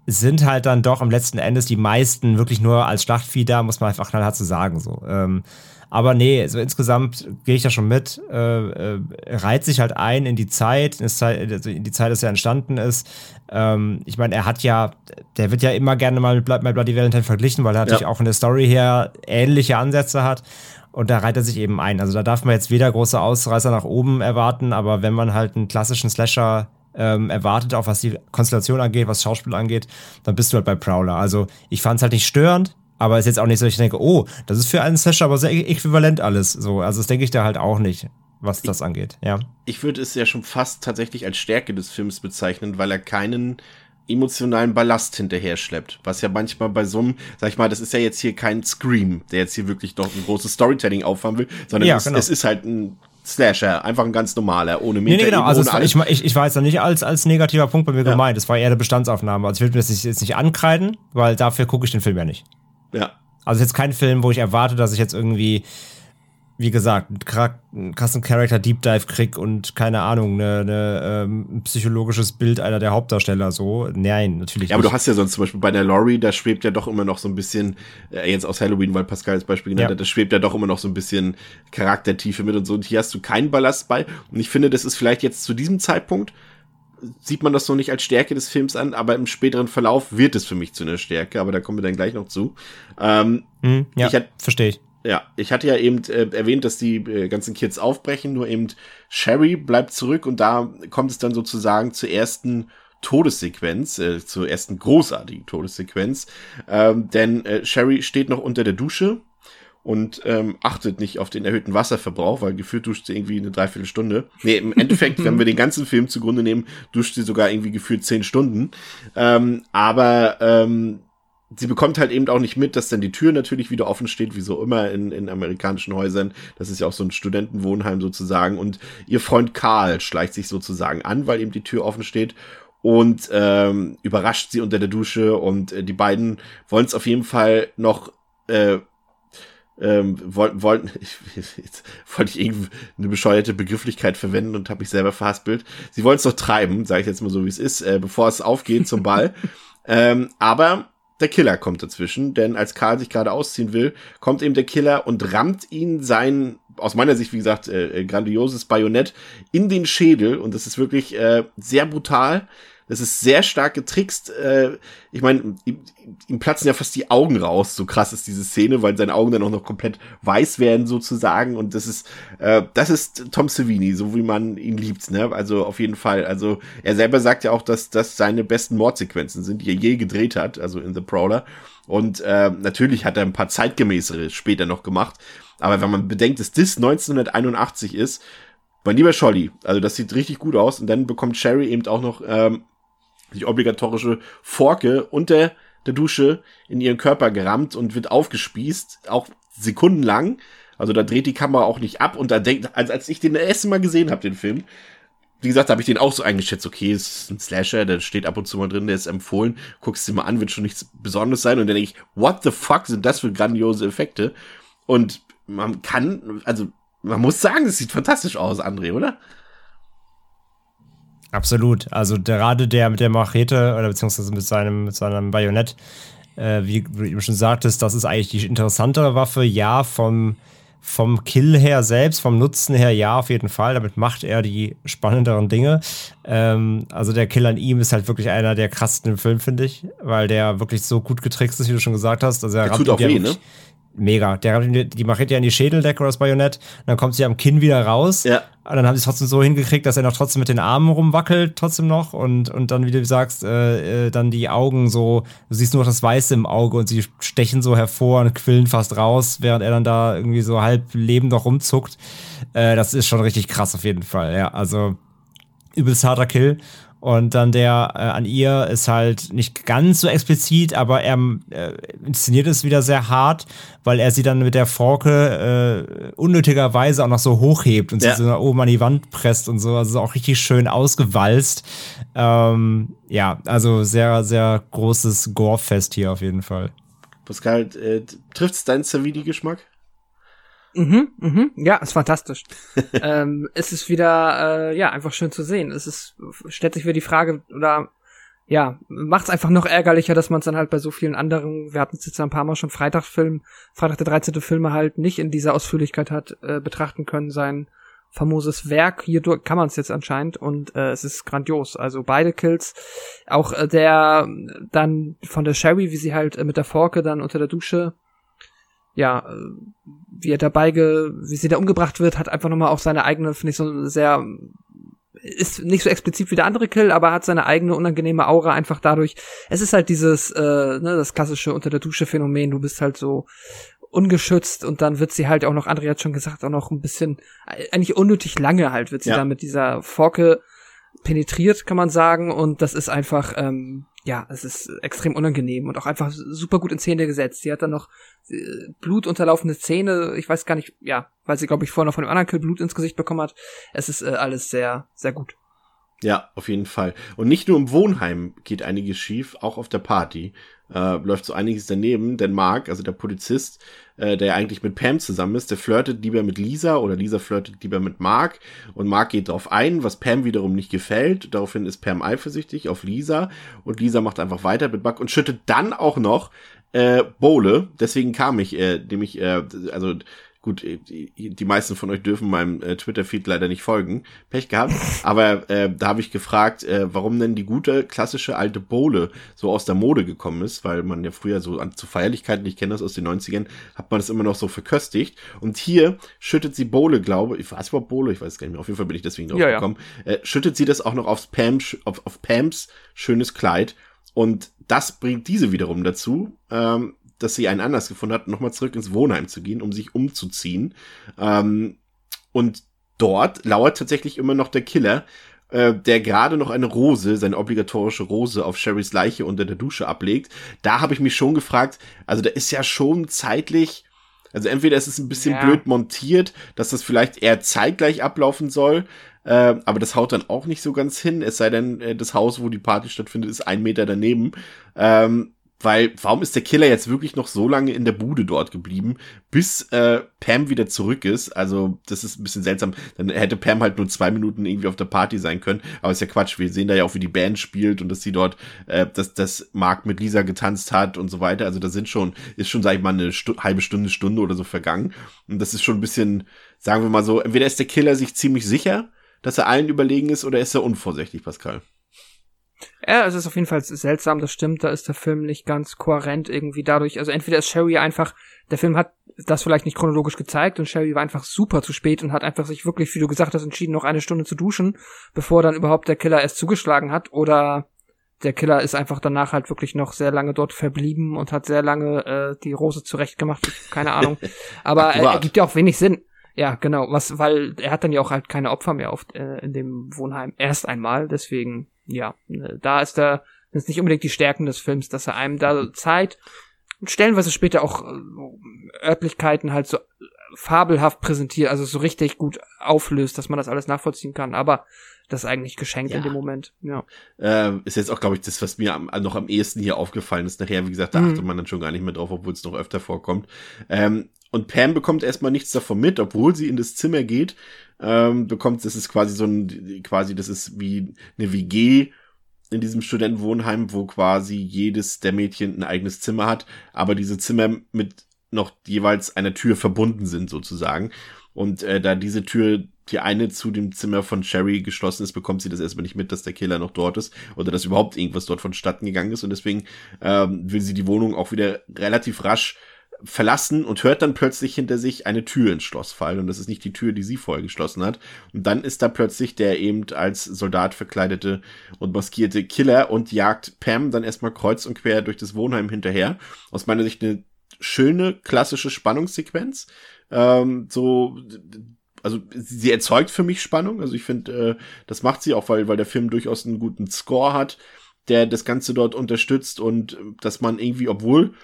sind halt dann doch am letzten Endes die meisten wirklich nur als Schlachtvieh da, muss man einfach knallhart zu sagen, so. Ähm, aber nee, so insgesamt gehe ich da schon mit, äh, äh, reiht sich halt ein in die Zeit, in die Zeit, dass er entstanden ist. Ähm, ich meine, er hat ja, der wird ja immer gerne mal mit My Bloody Valentine verglichen, weil er natürlich ja. auch in der Story her ähnliche Ansätze hat. Und da reiht er sich eben ein. Also da darf man jetzt weder große Ausreißer nach oben erwarten, aber wenn man halt einen klassischen Slasher ähm, erwartet, auch was die Konstellation angeht, was Schauspiel angeht, dann bist du halt bei Prowler. Also ich fand es halt nicht störend, aber ist jetzt auch nicht so, dass ich denke, oh, das ist für einen Slasher aber sehr äquivalent alles. So, also das denke ich da halt auch nicht, was das ich, angeht. Ja. Ich würde es ja schon fast tatsächlich als Stärke des Films bezeichnen, weil er keinen emotionalen Ballast hinterher schleppt. Was ja manchmal bei so einem, sag ich mal, das ist ja jetzt hier kein Scream, der jetzt hier wirklich doch ein großes Storytelling auffahren will, sondern ja, es, genau. es ist halt ein Slasher, einfach ein ganz normaler, ohne Meta. Nee, nee, genau, also es, ich, ich, ich war jetzt noch nicht als, als negativer Punkt bei mir ja. gemeint, es war eher eine Bestandsaufnahme. Also ich will mir das nicht, jetzt nicht ankreiden, weil dafür gucke ich den Film ja nicht. Ja. Also jetzt kein Film, wo ich erwarte, dass ich jetzt irgendwie, wie gesagt, einen krassen Character Deep Dive krieg und keine Ahnung, ne, ne, ähm, ein psychologisches Bild einer der Hauptdarsteller so. Nein, natürlich ja, aber nicht. du hast ja sonst zum Beispiel bei der Laurie, da schwebt ja doch immer noch so ein bisschen, äh, jetzt aus Halloween, weil Pascal das Beispiel genannt ja. hat, da schwebt ja doch immer noch so ein bisschen Charaktertiefe mit und so. Und hier hast du keinen Ballast bei. Und ich finde, das ist vielleicht jetzt zu diesem Zeitpunkt, sieht man das noch nicht als Stärke des Films an, aber im späteren Verlauf wird es für mich zu einer Stärke, aber da kommen wir dann gleich noch zu. Ähm, hm, ja, verstehe ich. Ja, ich hatte ja eben äh, erwähnt, dass die äh, ganzen Kids aufbrechen, nur eben Sherry bleibt zurück und da kommt es dann sozusagen zur ersten Todessequenz, äh, zur ersten großartigen Todessequenz, ähm, denn äh, Sherry steht noch unter der Dusche und ähm, achtet nicht auf den erhöhten Wasserverbrauch, weil gefühlt duscht sie irgendwie eine Dreiviertelstunde. Nee, im Endeffekt, wenn wir den ganzen Film zugrunde nehmen, duscht sie sogar irgendwie gefühlt zehn Stunden. Ähm, aber ähm, sie bekommt halt eben auch nicht mit, dass dann die Tür natürlich wieder offen steht, wie so immer in, in amerikanischen Häusern. Das ist ja auch so ein Studentenwohnheim sozusagen. Und ihr Freund Karl schleicht sich sozusagen an, weil eben die Tür offen steht. Und ähm, überrascht sie unter der Dusche. Und äh, die beiden wollen es auf jeden Fall noch äh, ähm, wollten, wollten, ich, jetzt wollte ich irgendwie eine bescheuerte Begrifflichkeit verwenden und habe mich selber verhaspelt. Sie wollen es doch treiben, sage ich jetzt mal so, wie es ist, äh, bevor es aufgeht zum Ball. ähm, aber der Killer kommt dazwischen, denn als Karl sich gerade ausziehen will, kommt eben der Killer und rammt ihn sein, aus meiner Sicht, wie gesagt, äh, grandioses Bajonett in den Schädel. Und das ist wirklich äh, sehr brutal. Das ist sehr stark getrickst. Äh, ich meine, ihm, ihm platzen ja fast die Augen raus. So krass ist diese Szene, weil seine Augen dann auch noch komplett weiß werden sozusagen. Und das ist, äh, das ist Tom Savini, so wie man ihn liebt, ne? Also auf jeden Fall. Also er selber sagt ja auch, dass das seine besten Mordsequenzen sind, die er je gedreht hat. Also in The Prowler. Und äh, natürlich hat er ein paar zeitgemäßere später noch gemacht. Aber wenn man bedenkt, dass das neunzehnhunderteinundachtzig ist, mein lieber Scholli, also das sieht richtig gut aus. Und dann bekommt Sherry eben auch noch ähm, die obligatorische Forke unter der Dusche in ihren Körper gerammt und wird aufgespießt, auch sekundenlang. Also da dreht die Kamera auch nicht ab. Und da denkt, als, als ich den das erste Mal gesehen habe, den Film, wie gesagt, habe ich den auch so eingeschätzt, okay, es ist ein Slasher, der steht ab und zu mal drin, der ist empfohlen, guckst dir mal an, wird schon nichts Besonderes sein. Und dann denke ich, what the fuck sind das für grandiose Effekte? Und man kann, also man muss sagen, es sieht fantastisch aus, André, oder? Absolut. Also gerade der mit der Machete oder beziehungsweise mit seinem, mit seinem Bajonett, äh, wie du eben schon sagtest, das ist eigentlich die interessantere Waffe. Ja, vom, vom Kill her selbst, vom Nutzen her, ja, auf jeden Fall. Damit macht er die spannenderen Dinge. Ähm, also der Kill an ihm ist halt wirklich einer der krassesten im Film, finde ich, weil der wirklich so gut getrickst ist, wie du schon gesagt hast. Also er der tut auch weh, ne? Mega. Der hat die, die Machete ja in die Schädeldecke oder das Bajonett. Dann kommt sie am Kinn wieder raus. Ja. Und dann haben sie es trotzdem so hingekriegt, dass er noch trotzdem mit den Armen rumwackelt, trotzdem noch. Und, und dann, wie du sagst, äh, dann die Augen so, du siehst nur noch das Weiße im Auge und sie stechen so hervor und quillen fast raus, während er dann da irgendwie so halb lebend noch rumzuckt. Äh, das ist schon richtig krass auf jeden Fall. Ja, also übelst harter Kill. Und dann der äh, an ihr ist halt nicht ganz so explizit, aber er äh, inszeniert es wieder sehr hart, weil er sie dann mit der Forke äh, unnötigerweise auch noch so hochhebt und ja. sie so nach oben an die Wand presst und so. Also auch richtig schön ausgewalzt. Ähm, ja, also sehr, sehr großes Gore-Fest hier auf jeden Fall. Pascal, äh, trifft es deinen Savini-Geschmack? Mhm, mhm, ja, ist fantastisch. ähm, es ist wieder, äh, ja, einfach schön zu sehen. Es ist, stellt sich wieder die Frage, oder, ja, macht's einfach noch ärgerlicher, dass man es dann halt bei so vielen anderen, wir hatten es jetzt ein paar Mal schon Freitagsfilm, Freitag der dreizehnte Filme halt nicht in dieser Ausführlichkeit hat äh, betrachten können, sein famoses Werk. Hier kann man es jetzt anscheinend und äh, es ist grandios. Also beide Kills, auch äh, der dann von der Sherry, wie sie halt äh, mit der Forke dann unter der Dusche, ja, äh, wie er dabei, ge, wie sie da umgebracht wird, hat einfach nochmal auch seine eigene, finde ich, so sehr, ist nicht so explizit wie der andere Kill, aber hat seine eigene unangenehme Aura einfach dadurch. Es ist halt dieses, äh, ne, das klassische unter der Dusche Phänomen. Du bist halt so ungeschützt und dann wird sie halt auch noch, André hat schon gesagt, auch noch ein bisschen, eigentlich unnötig lange halt, wird sie ja. dann mit dieser Forke penetriert, kann man sagen, und das ist einfach, ähm, ja, es ist extrem unangenehm und auch einfach super gut in Szene gesetzt. Sie hat dann noch äh, blutunterlaufende Zähne, ich weiß gar nicht, ja, weil sie, glaube ich, vorher noch von dem anderen Kill Blut ins Gesicht bekommen hat. Es ist äh, alles sehr, sehr gut. Ja, auf jeden Fall. Und nicht nur im Wohnheim geht einiges schief, auch auf der Party äh, läuft so einiges daneben, denn Mark, also der Polizist, äh, der ja eigentlich mit Pam zusammen ist, der flirtet lieber mit Lisa oder Lisa flirtet lieber mit Mark und Mark geht darauf ein, was Pam wiederum nicht gefällt. Daraufhin ist Pam eifersüchtig auf Lisa und Lisa macht einfach weiter mit Mark und schüttet dann auch noch äh, Bowle. Deswegen kam ich, äh, nämlich, äh, also gut, die meisten von euch dürfen meinem äh, Twitter-Feed leider nicht folgen. Pech gehabt. Aber äh, da habe ich gefragt, äh, warum denn die gute, klassische alte Bowle so aus der Mode gekommen ist, weil man ja früher so an, zu Feierlichkeiten, ich kenne das aus den neunzigern, hat man das immer noch so verköstigt. Und hier schüttet sie Bowle, glaube ich, weiß überhaupt Bowle? Ich weiß es gar nicht mehr. Auf jeden Fall bin ich deswegen drauf ja, gekommen. Ja. Äh, schüttet sie das auch noch aufs Pam, auf, auf Pams schönes Kleid. Und das bringt diese wiederum dazu, ähm, dass sie einen Anlass gefunden hat, nochmal zurück ins Wohnheim zu gehen, um sich umzuziehen. Ähm, und dort lauert tatsächlich immer noch der Killer, äh, der gerade noch eine Rose, seine obligatorische Rose auf Sherrys Leiche unter der Dusche ablegt. Da habe ich mich schon gefragt, also da ist ja schon zeitlich, also entweder ist es ein bisschen ja. blöd montiert, dass das vielleicht eher zeitgleich ablaufen soll, äh, aber das haut dann auch nicht so ganz hin, es sei denn, äh, das Haus, wo die Party stattfindet, ist ein Meter daneben. Ähm, Weil, warum ist der Killer jetzt wirklich noch so lange in der Bude dort geblieben, bis äh, Pam wieder zurück ist? Also, das ist ein bisschen seltsam. Dann hätte Pam halt nur zwei Minuten irgendwie auf der Party sein können. Aber ist ja Quatsch. Wir sehen da ja auch, wie die Band spielt und dass sie dort, äh, dass, dass Mark mit Lisa getanzt hat und so weiter. Also, da sind schon, ist schon, sag ich mal, eine Stu- halbe Stunde, Stunde oder so vergangen. Und das ist schon ein bisschen, sagen wir mal so, entweder ist der Killer sich ziemlich sicher, dass er allen überlegen ist, oder ist er unvorsichtig, Pascal? Ja, es ist auf jeden Fall seltsam, das stimmt, da ist der Film nicht ganz kohärent irgendwie dadurch, also entweder ist Sherry einfach, der Film hat das vielleicht nicht chronologisch gezeigt und Sherry war einfach super zu spät und hat einfach sich wirklich, wie du gesagt hast, entschieden, noch eine Stunde zu duschen, bevor dann überhaupt der Killer erst zugeschlagen hat, oder der Killer ist einfach danach halt wirklich noch sehr lange dort verblieben und hat sehr lange äh, die Rose zurechtgemacht, keine Ahnung, aber er, er gibt ja auch wenig Sinn. Ja, genau, was, weil er hat dann ja auch halt keine Opfer mehr auf, äh, in dem Wohnheim erst einmal, deswegen, ja, äh, da ist er, das ist nicht unbedingt die Stärken des Films, dass er einem da Zeit und stellenweise später auch äh, Örtlichkeiten halt so fabelhaft präsentiert, also so richtig gut auflöst, dass man das alles nachvollziehen kann, aber das ist eigentlich geschenkt ja. in dem Moment, ja. Äh, ist jetzt auch, glaube ich, das, was mir am, noch am ehesten hier aufgefallen ist. Nachher, wie gesagt, da mhm. achtet man dann schon gar nicht mehr drauf, obwohl es noch öfter vorkommt. Ähm, Und Pam bekommt erstmal nichts davon mit, obwohl sie in das Zimmer geht, ähm, bekommt, das ist quasi so ein, quasi, das ist wie eine W G in diesem Studentenwohnheim, wo quasi jedes der Mädchen ein eigenes Zimmer hat, aber diese Zimmer mit noch jeweils einer Tür verbunden sind, sozusagen. Und äh, da diese Tür, die eine zu dem Zimmer von Sherry geschlossen ist, bekommt sie das erstmal nicht mit, dass der Killer noch dort ist oder dass überhaupt irgendwas dort vonstatten gegangen ist. Und deswegen ähm, will sie die Wohnung auch wieder relativ rasch verlassen und hört dann plötzlich hinter sich eine Tür ins Schloss fallen. Und das ist nicht die Tür, die sie vorher geschlossen hat. Und dann ist da plötzlich der eben als Soldat verkleidete und maskierte Killer und jagt Pam dann erstmal kreuz und quer durch das Wohnheim hinterher. Aus meiner Sicht eine schöne, klassische Spannungssequenz. Ähm, so, also sie erzeugt für mich Spannung. Also ich finde, äh, das macht sie auch, weil, weil der Film durchaus einen guten Score hat, der das Ganze dort unterstützt und dass man irgendwie, obwohl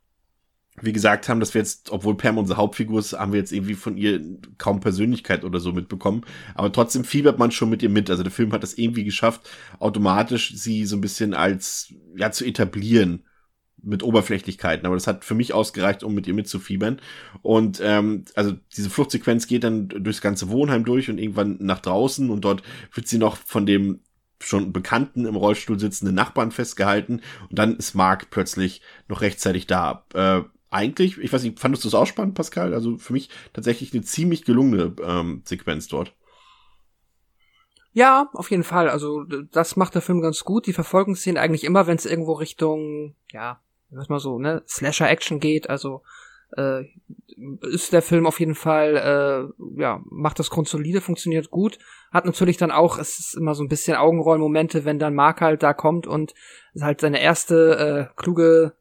wie gesagt haben, dass wir jetzt, obwohl Pam unsere Hauptfigur ist, haben wir jetzt irgendwie von ihr kaum Persönlichkeit oder so mitbekommen. Aber trotzdem fiebert man schon mit ihr mit. Also der Film hat es irgendwie geschafft, automatisch sie so ein bisschen als, ja, zu etablieren mit Oberflächlichkeiten. Aber das hat für mich ausgereicht, um mit ihr mitzufiebern. Und ähm, also diese Fluchtsequenz geht dann durchs ganze Wohnheim durch und irgendwann nach draußen. Und dort wird sie noch von dem schon bekannten, im Rollstuhl sitzenden Nachbarn festgehalten und dann ist Mark plötzlich noch rechtzeitig da. Äh, eigentlich, ich weiß nicht, fandest du es auch spannend, Pascal? Also für mich tatsächlich eine ziemlich gelungene ähm, Sequenz dort. Ja, auf jeden Fall. Also das macht der Film ganz gut. Die Verfolgungsszenen eigentlich immer, wenn es irgendwo Richtung, ja, was mal so, ne, Slasher-Action geht. Also äh, ist der Film auf jeden Fall, äh, ja, macht das grundsolide, funktioniert gut. Hat natürlich dann auch, es ist immer so ein bisschen Augenrollmomente, wenn dann Mark halt da kommt und halt seine erste äh, kluge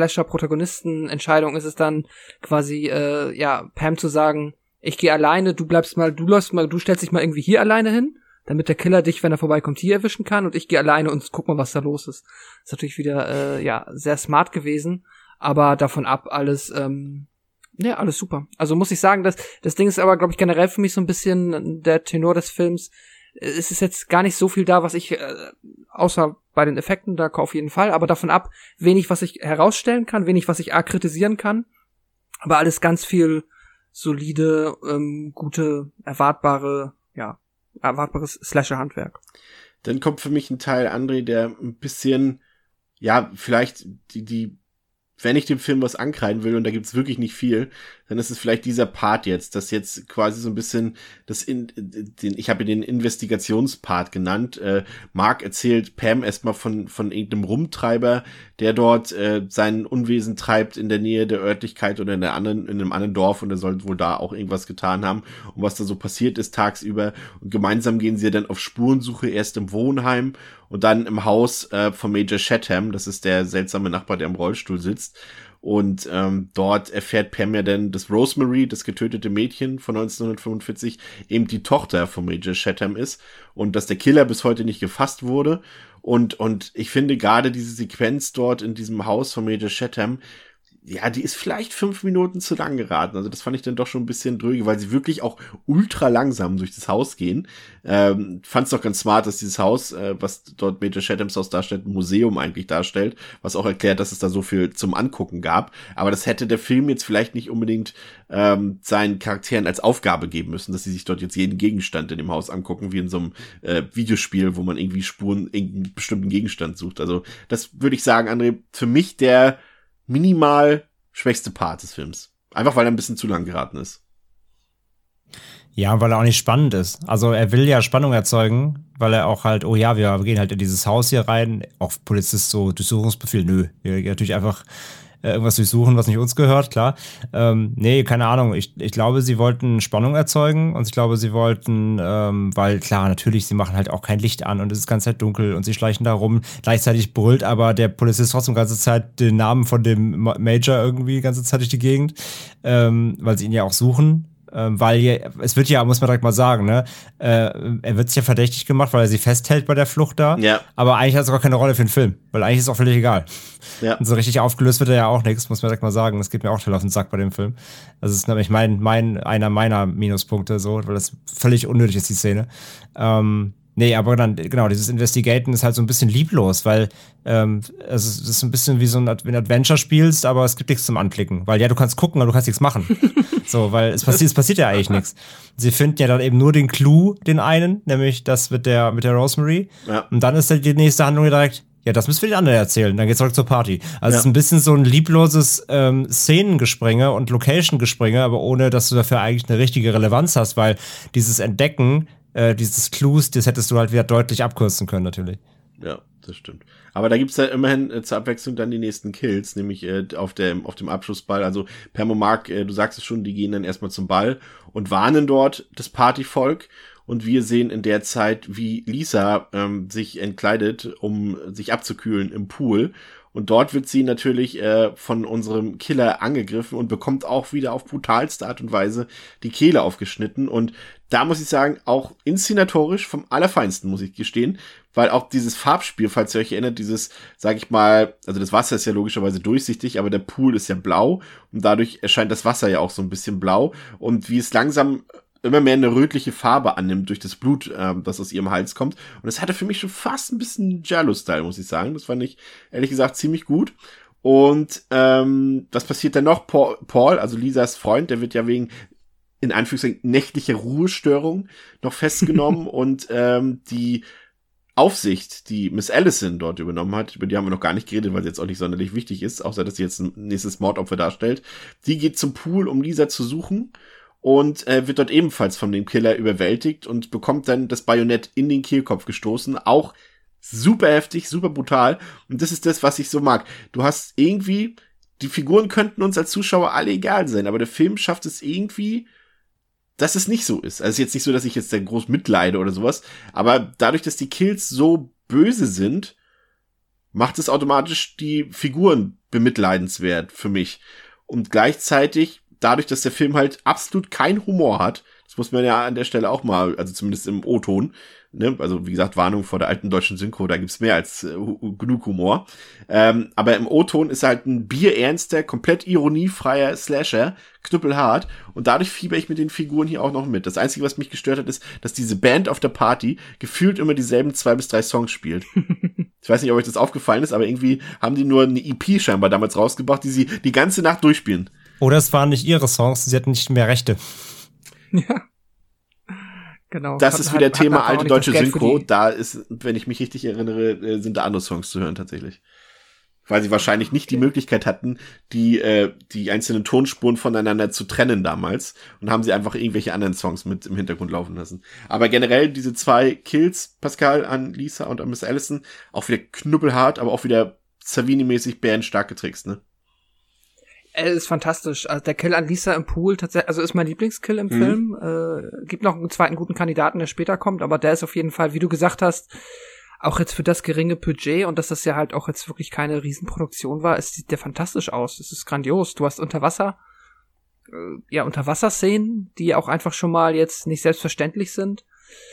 Slasher-Protagonisten-Entscheidung ist es dann quasi, äh, ja, Pam zu sagen, ich gehe alleine, du bleibst mal, du läufst mal, du stellst dich mal irgendwie hier alleine hin, damit der Killer dich, wenn er vorbeikommt, hier erwischen kann und ich gehe alleine und guck mal, was da los ist. Ist natürlich wieder, äh, ja, sehr smart gewesen, aber davon ab alles, ähm, ja, alles super. Also muss ich sagen, das, das Ding ist aber, glaube ich, generell für mich so ein bisschen der Tenor des Films. Es ist jetzt gar nicht so viel da, was ich, äh, außer bei den Effekten, da auf jeden Fall, aber davon ab, wenig, was ich herausstellen kann, wenig, was ich A, kritisieren kann, aber alles ganz viel solide, ähm, gute, erwartbare, ja, erwartbares Slasher-Handwerk. Dann kommt für mich ein Teil, André, der ein bisschen, ja, vielleicht die, die, wenn ich dem Film was ankreiden will, und da gibt's wirklich nicht viel, dann ist es vielleicht dieser Part jetzt, das jetzt quasi so ein bisschen, das in, den, ich habe ihn den Investigationspart genannt. Äh, Mark erzählt Pam erstmal von von irgendeinem Rumtreiber, der dort äh, sein Unwesen treibt in der Nähe der Örtlichkeit oder in der anderen, in einem anderen Dorf, und er soll wohl da auch irgendwas getan haben, und was da so passiert ist tagsüber. Und gemeinsam gehen sie dann auf Spurensuche, erst im Wohnheim und dann im Haus äh, von Major Chatham, das ist der seltsame Nachbar, der im Rollstuhl sitzt. Und ähm, dort erfährt Pam ja dann, dass Rosemary, das getötete Mädchen von neunzehnhundertfünfundvierzig, eben die Tochter von Major Chatham ist und dass der Killer bis heute nicht gefasst wurde. Und und ich finde gerade diese Sequenz dort in diesem Haus von Major Chatham, ja, die ist vielleicht fünf Minuten zu lang geraten. Also das fand ich dann doch schon ein bisschen dröge, weil sie wirklich auch ultra langsam durch das Haus gehen. Ähm, fand es doch ganz smart, dass dieses Haus, äh, was dort Major Chathams Haus darstellt, ein Museum eigentlich darstellt, was auch erklärt, dass es da so viel zum Angucken gab. Aber das hätte der Film jetzt vielleicht nicht unbedingt ähm, seinen Charakteren als Aufgabe geben müssen, dass sie sich dort jetzt jeden Gegenstand in dem Haus angucken, wie in so einem äh, Videospiel, wo man irgendwie Spuren, irgendeinen bestimmten Gegenstand sucht. Also das würde ich sagen, André, für mich der minimal schwächste Part des Films. Einfach, weil er ein bisschen zu lang geraten ist. Ja, weil er auch nicht spannend ist. Also er will ja Spannung erzeugen, weil er auch halt, oh ja, wir gehen halt in dieses Haus hier rein. Auch Polizist so, Durchsuchungsbefehl, nö. Wir gehen natürlich einfach äh, irgendwas durchsuchen, was nicht uns gehört, klar. Ähm, nee, keine Ahnung. Ich, ich glaube, sie wollten Spannung erzeugen und ich glaube, sie wollten, ähm, weil klar, natürlich, sie machen halt auch kein Licht an und es ist ganz halt dunkel und sie schleichen da rum. Gleichzeitig brüllt aber der Polizist trotzdem die ganze Zeit den Namen von dem Major irgendwie die ganze Zeit durch die Gegend, ähm, weil sie ihn ja auch suchen. Ähm, weil hier, es wird ja, muss man direkt mal sagen, ne, äh, er wird sich ja verdächtig gemacht, weil er sie festhält bei der Flucht da. Ja. Aber eigentlich hat es gar keine Rolle für den Film, weil eigentlich ist es auch völlig egal. Ja. Und so richtig aufgelöst wird er ja auch nichts, muss man direkt mal sagen. Das geht mir auch total auf den Sack bei dem Film. Das ist nämlich mein, mein, einer meiner Minuspunkte, so, weil das völlig unnötig ist, die Szene. Ähm, Nee, aber dann, genau, dieses Investigaten ist halt so ein bisschen lieblos, weil ähm, also es ist ein bisschen wie so ein, wenn du Adventure spielst, aber es gibt nichts zum Anklicken. Weil ja, du kannst gucken, aber du kannst nichts machen. So, weil es passiert, es passiert ja eigentlich nichts. Sie finden ja dann eben nur den Clou, den einen, nämlich das mit der, mit der Rosemary. Ja. Und dann ist halt die nächste Handlung direkt, ja, das müssen wir den anderen erzählen. Dann geht's zurück zur Party. Also ja. Es ist ein bisschen so ein liebloses ähm, Szenengespringe und Location-Gespringe, aber ohne, dass du dafür eigentlich eine richtige Relevanz hast, weil dieses Entdecken Äh, dieses Clues, das hättest du halt wieder deutlich abkürzen können, natürlich. Ja, das stimmt. Aber da gibt's ja immerhin äh, zur Abwechslung dann die nächsten Kills, nämlich äh, auf dem auf dem Abschlussball. Also Pam und Mark, äh, du sagst es schon, die gehen dann erstmal zum Ball und warnen dort das Partyvolk. Und wir sehen in der Zeit, wie Lisa ähm, sich entkleidet, um sich abzukühlen im Pool. Und dort wird sie natürlich äh, von unserem Killer angegriffen und bekommt auch wieder auf brutalste Art und Weise die Kehle aufgeschnitten. Und da muss ich sagen, auch inszenatorisch vom Allerfeinsten, muss ich gestehen, weil auch dieses Farbspiel, falls ihr euch erinnert, dieses, sag ich mal, also das Wasser ist ja logischerweise durchsichtig, aber der Pool ist ja blau und dadurch erscheint das Wasser ja auch so ein bisschen blau. Und wie es langsam immer mehr eine rötliche Farbe annimmt durch das Blut, äh, das aus ihrem Hals kommt. Und das hatte für mich schon fast ein bisschen Giallo-Style, muss ich sagen. Das fand ich, ehrlich gesagt, ziemlich gut. Und ähm, was passiert dann noch? Paul, Paul, also Lisas Freund, der wird ja wegen, in Anführungszeichen, nächtlicher Ruhestörung noch festgenommen. Und ähm, die Aufsicht, die Miss Allison dort übernommen hat, über die haben wir noch gar nicht geredet, weil sie jetzt auch nicht sonderlich wichtig ist, außer dass sie jetzt ein nächstes Mordopfer darstellt. Die geht zum Pool, um Lisa zu suchen und äh, wird dort ebenfalls von dem Killer überwältigt und bekommt dann das Bajonett in den Kehlkopf gestoßen. Auch super heftig, super brutal. Und das ist das, was ich so mag. Du hast irgendwie, die Figuren könnten uns als Zuschauer alle egal sein, aber der Film schafft es irgendwie, dass es nicht so ist. Also es ist jetzt nicht so, dass ich jetzt da groß mitleide oder sowas, aber dadurch, dass die Kills so böse sind, macht es automatisch die Figuren bemitleidenswert für mich. Und gleichzeitig, dadurch, dass der Film halt absolut keinen Humor hat, das muss man ja an der Stelle auch mal, also zumindest im O-Ton, ne? Also wie gesagt, Warnung vor der alten deutschen Synchro, da gibt's mehr als äh, genug Humor. Ähm, aber im O-Ton ist halt ein bierernster, komplett ironiefreier Slasher, knüppelhart. Und dadurch fieber ich mit den Figuren hier auch noch mit. Das Einzige, was mich gestört hat, ist, dass diese Band auf der Party gefühlt immer dieselben zwei bis drei Songs spielt. Ich weiß nicht, ob euch das aufgefallen ist, aber irgendwie haben die nur eine E P scheinbar damals rausgebracht, die sie die ganze Nacht durchspielen. Oder es waren nicht ihre Songs, sie hatten nicht mehr Rechte. Ja. Genau. Das hat, ist wieder hat, Thema hat alte deutsche Synchro. Da ist, wenn ich mich richtig erinnere, sind da andere Songs zu hören tatsächlich. Weil sie wahrscheinlich nicht die Möglichkeit hatten, die äh, die einzelnen Tonspuren voneinander zu trennen damals. Und haben sie einfach irgendwelche anderen Songs mit im Hintergrund laufen lassen. Aber generell diese zwei Kills, Pascal, an Lisa und an Miss Allison, auch wieder knüppelhart, aber auch wieder Savini-mäßig bärenstark getrickst, ne? Es ist fantastisch. Also der Kill an Lisa im Pool tatsächlich, also ist mein Lieblingskill im mhm. Film. Äh, gibt noch einen zweiten guten Kandidaten, der später kommt, aber der ist auf jeden Fall, wie du gesagt hast, auch jetzt für das geringe Budget und dass das ja halt auch jetzt wirklich keine Riesenproduktion war, es sieht der fantastisch aus. Es ist grandios. Du hast Unterwasser, äh, ja, Unterwasserszenen, die auch einfach schon mal jetzt nicht selbstverständlich sind.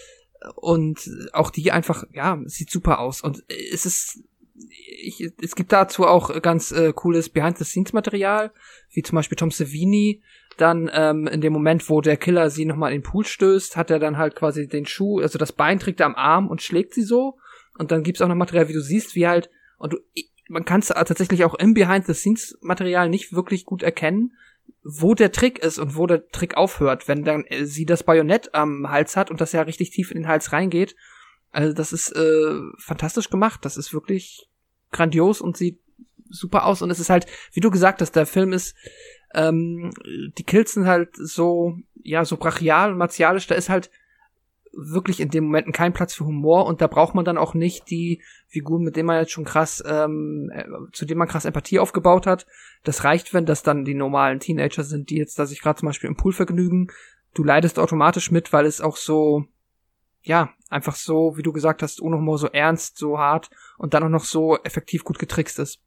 Und auch die einfach, ja, sieht super aus. Und es ist Ich, es gibt dazu auch ganz äh, cooles Behind-the-Scenes-Material, wie zum Beispiel Tom Savini dann ähm, in dem Moment, wo der Killer sie nochmal in den Pool stößt, hat er dann halt quasi den Schuh, also das Bein trägt er am Arm und schlägt sie so. Und dann gibt's auch noch Material, wie du siehst, wie halt, und du, man kann es tatsächlich auch im Behind-the-Scenes-Material nicht wirklich gut erkennen, wo der Trick ist und wo der Trick aufhört, wenn dann äh, sie das Bajonett am Hals hat und das ja richtig tief in den Hals reingeht. Also das ist äh, fantastisch gemacht. Das ist wirklich grandios und sieht super aus. Und es ist halt, wie du gesagt hast, der Film ist, ähm, die Kills sind halt so, ja, so brachial und martialisch. Da ist halt wirklich in den Momenten kein Platz für Humor. Und da braucht man dann auch nicht die Figuren, mit denen man jetzt schon krass, ähm, äh, zu denen man krass Empathie aufgebaut hat. Das reicht, wenn das dann die normalen Teenager sind, die jetzt da sich gerade zum Beispiel im Pool vergnügen. Du leidest automatisch mit, weil es auch so, ja, einfach so, wie du gesagt hast, ohne Humor, so ernst, so hart und dann auch noch so effektiv gut getrickst ist.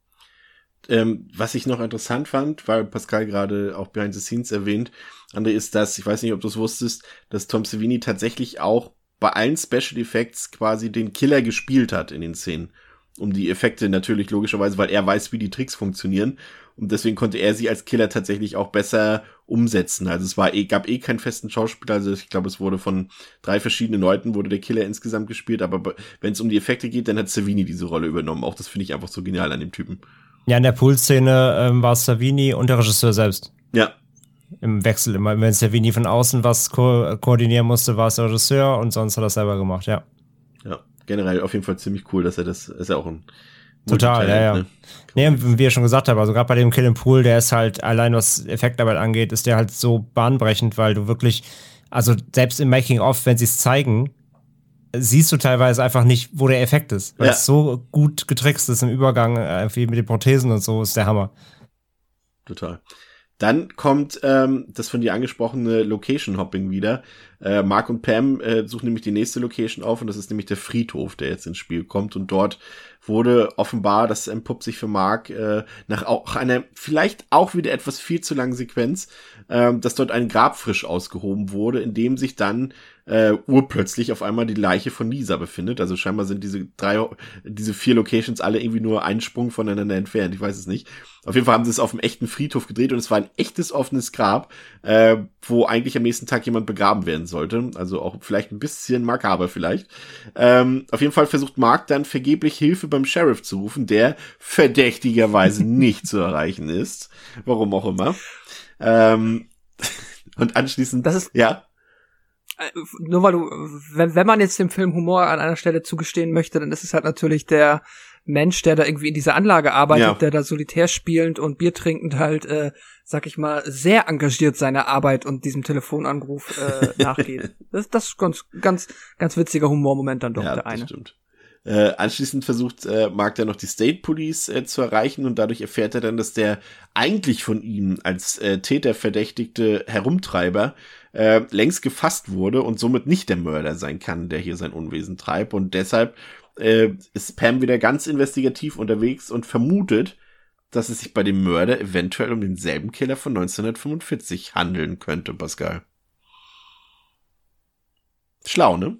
Ähm, was ich noch interessant fand, weil Pascal gerade auch Behind the Scenes erwähnt, André, ist das, ich weiß nicht, ob du es wusstest, dass Tom Savini tatsächlich auch bei allen Special Effects quasi den Killer gespielt hat in den Szenen. Um die Effekte natürlich logischerweise, weil er weiß, wie die Tricks funktionieren. Und deswegen konnte er sie als Killer tatsächlich auch besser umsetzen. Also es war eh, gab eh keinen festen Schauspieler. Also ich glaube, es wurde von drei verschiedenen Leuten wurde der Killer insgesamt gespielt. Aber wenn es um die Effekte geht, dann hat Savini diese Rolle übernommen. Auch das finde ich einfach so genial an dem Typen. Ja, in der Pool-Szene ähm, war es Savini und der Regisseur selbst. Ja. Im Wechsel immer. Wenn Savini von außen was ko- koordinieren musste, war es der Regisseur und sonst hat er es selber gemacht, ja. Ja, generell auf jeden Fall ziemlich cool, dass er das, ist ja auch ein Total, ja, ja. Ne? Nee, wie ihr schon gesagt habt, also gerade bei dem Kill im Pool, der ist halt, allein was Effektarbeit angeht, ist der halt so bahnbrechend, weil du wirklich, also selbst im Making-of, wenn sie es zeigen, siehst du teilweise einfach nicht, wo der Effekt ist. Weil ja. es so gut getrickst ist im Übergang, irgendwie mit den Prothesen und so, ist der Hammer. Total. Dann kommt ähm, das von dir angesprochene Location-Hopping wieder. Äh, Mark und Pam äh, suchen nämlich die nächste Location auf und das ist nämlich der Friedhof, der jetzt ins Spiel kommt. Und dort wurde offenbar, das entpuppt sich für Mark, äh, nach auch einer vielleicht auch wieder etwas viel zu langen Sequenz, äh, dass dort ein Grab frisch ausgehoben wurde, in dem sich dann äh, urplötzlich auf einmal die Leiche von Lisa befindet. Also scheinbar sind diese drei, diese vier Locations alle irgendwie nur einen Sprung voneinander entfernt. Ich weiß es nicht. Auf jeden Fall haben sie es auf einem echten Friedhof gedreht und es war ein echtes offenes Grab, äh, wo eigentlich am nächsten Tag jemand begraben werden sollte. Also auch vielleicht ein bisschen makaber vielleicht. Ähm, auf jeden Fall versucht Mark dann vergeblich Hilfe beim Sheriff zu rufen, der verdächtigerweise nicht zu erreichen ist. Warum auch immer. Ähm, und anschließend, das ist, ja. nur weil du, wenn, wenn man jetzt dem Film Humor an einer Stelle zugestehen möchte, dann ist es halt natürlich der Mensch, der da irgendwie in dieser Anlage arbeitet, ja. der da solitär spielend und Bier trinkend halt, äh, sag ich mal, sehr engagiert seiner Arbeit und diesem Telefonanruf äh, nachgeht. Das, das ist ganz, ganz, ganz witziger Humormoment dann doch, ja, der eine. Das stimmt. Äh, anschließend versucht äh, Mark dann noch die State Police äh, zu erreichen und dadurch erfährt er dann, dass der eigentlich von ihm als äh, Täter verdächtigte Herumtreiber äh, längst gefasst wurde und somit nicht der Mörder sein kann, der hier sein Unwesen treibt. Und deshalb äh, ist Pam wieder ganz investigativ unterwegs und vermutet, dass es sich bei dem Mörder eventuell um denselben Killer von neunzehnhundertfünfundvierzig handeln könnte, Pascal. Schlau, ne?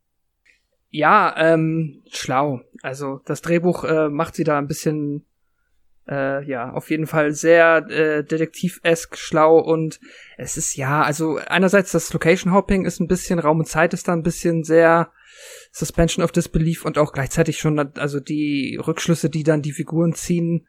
Ja, ähm, schlau. Also das Drehbuch äh, macht sie da ein bisschen, äh, ja, auf jeden Fall sehr äh, detektiv-esk schlau und es ist, ja, also einerseits das Location-Hopping ist ein bisschen, Raum und Zeit ist da ein bisschen sehr Suspension of Disbelief und auch gleichzeitig schon, also die Rückschlüsse, die dann die Figuren ziehen,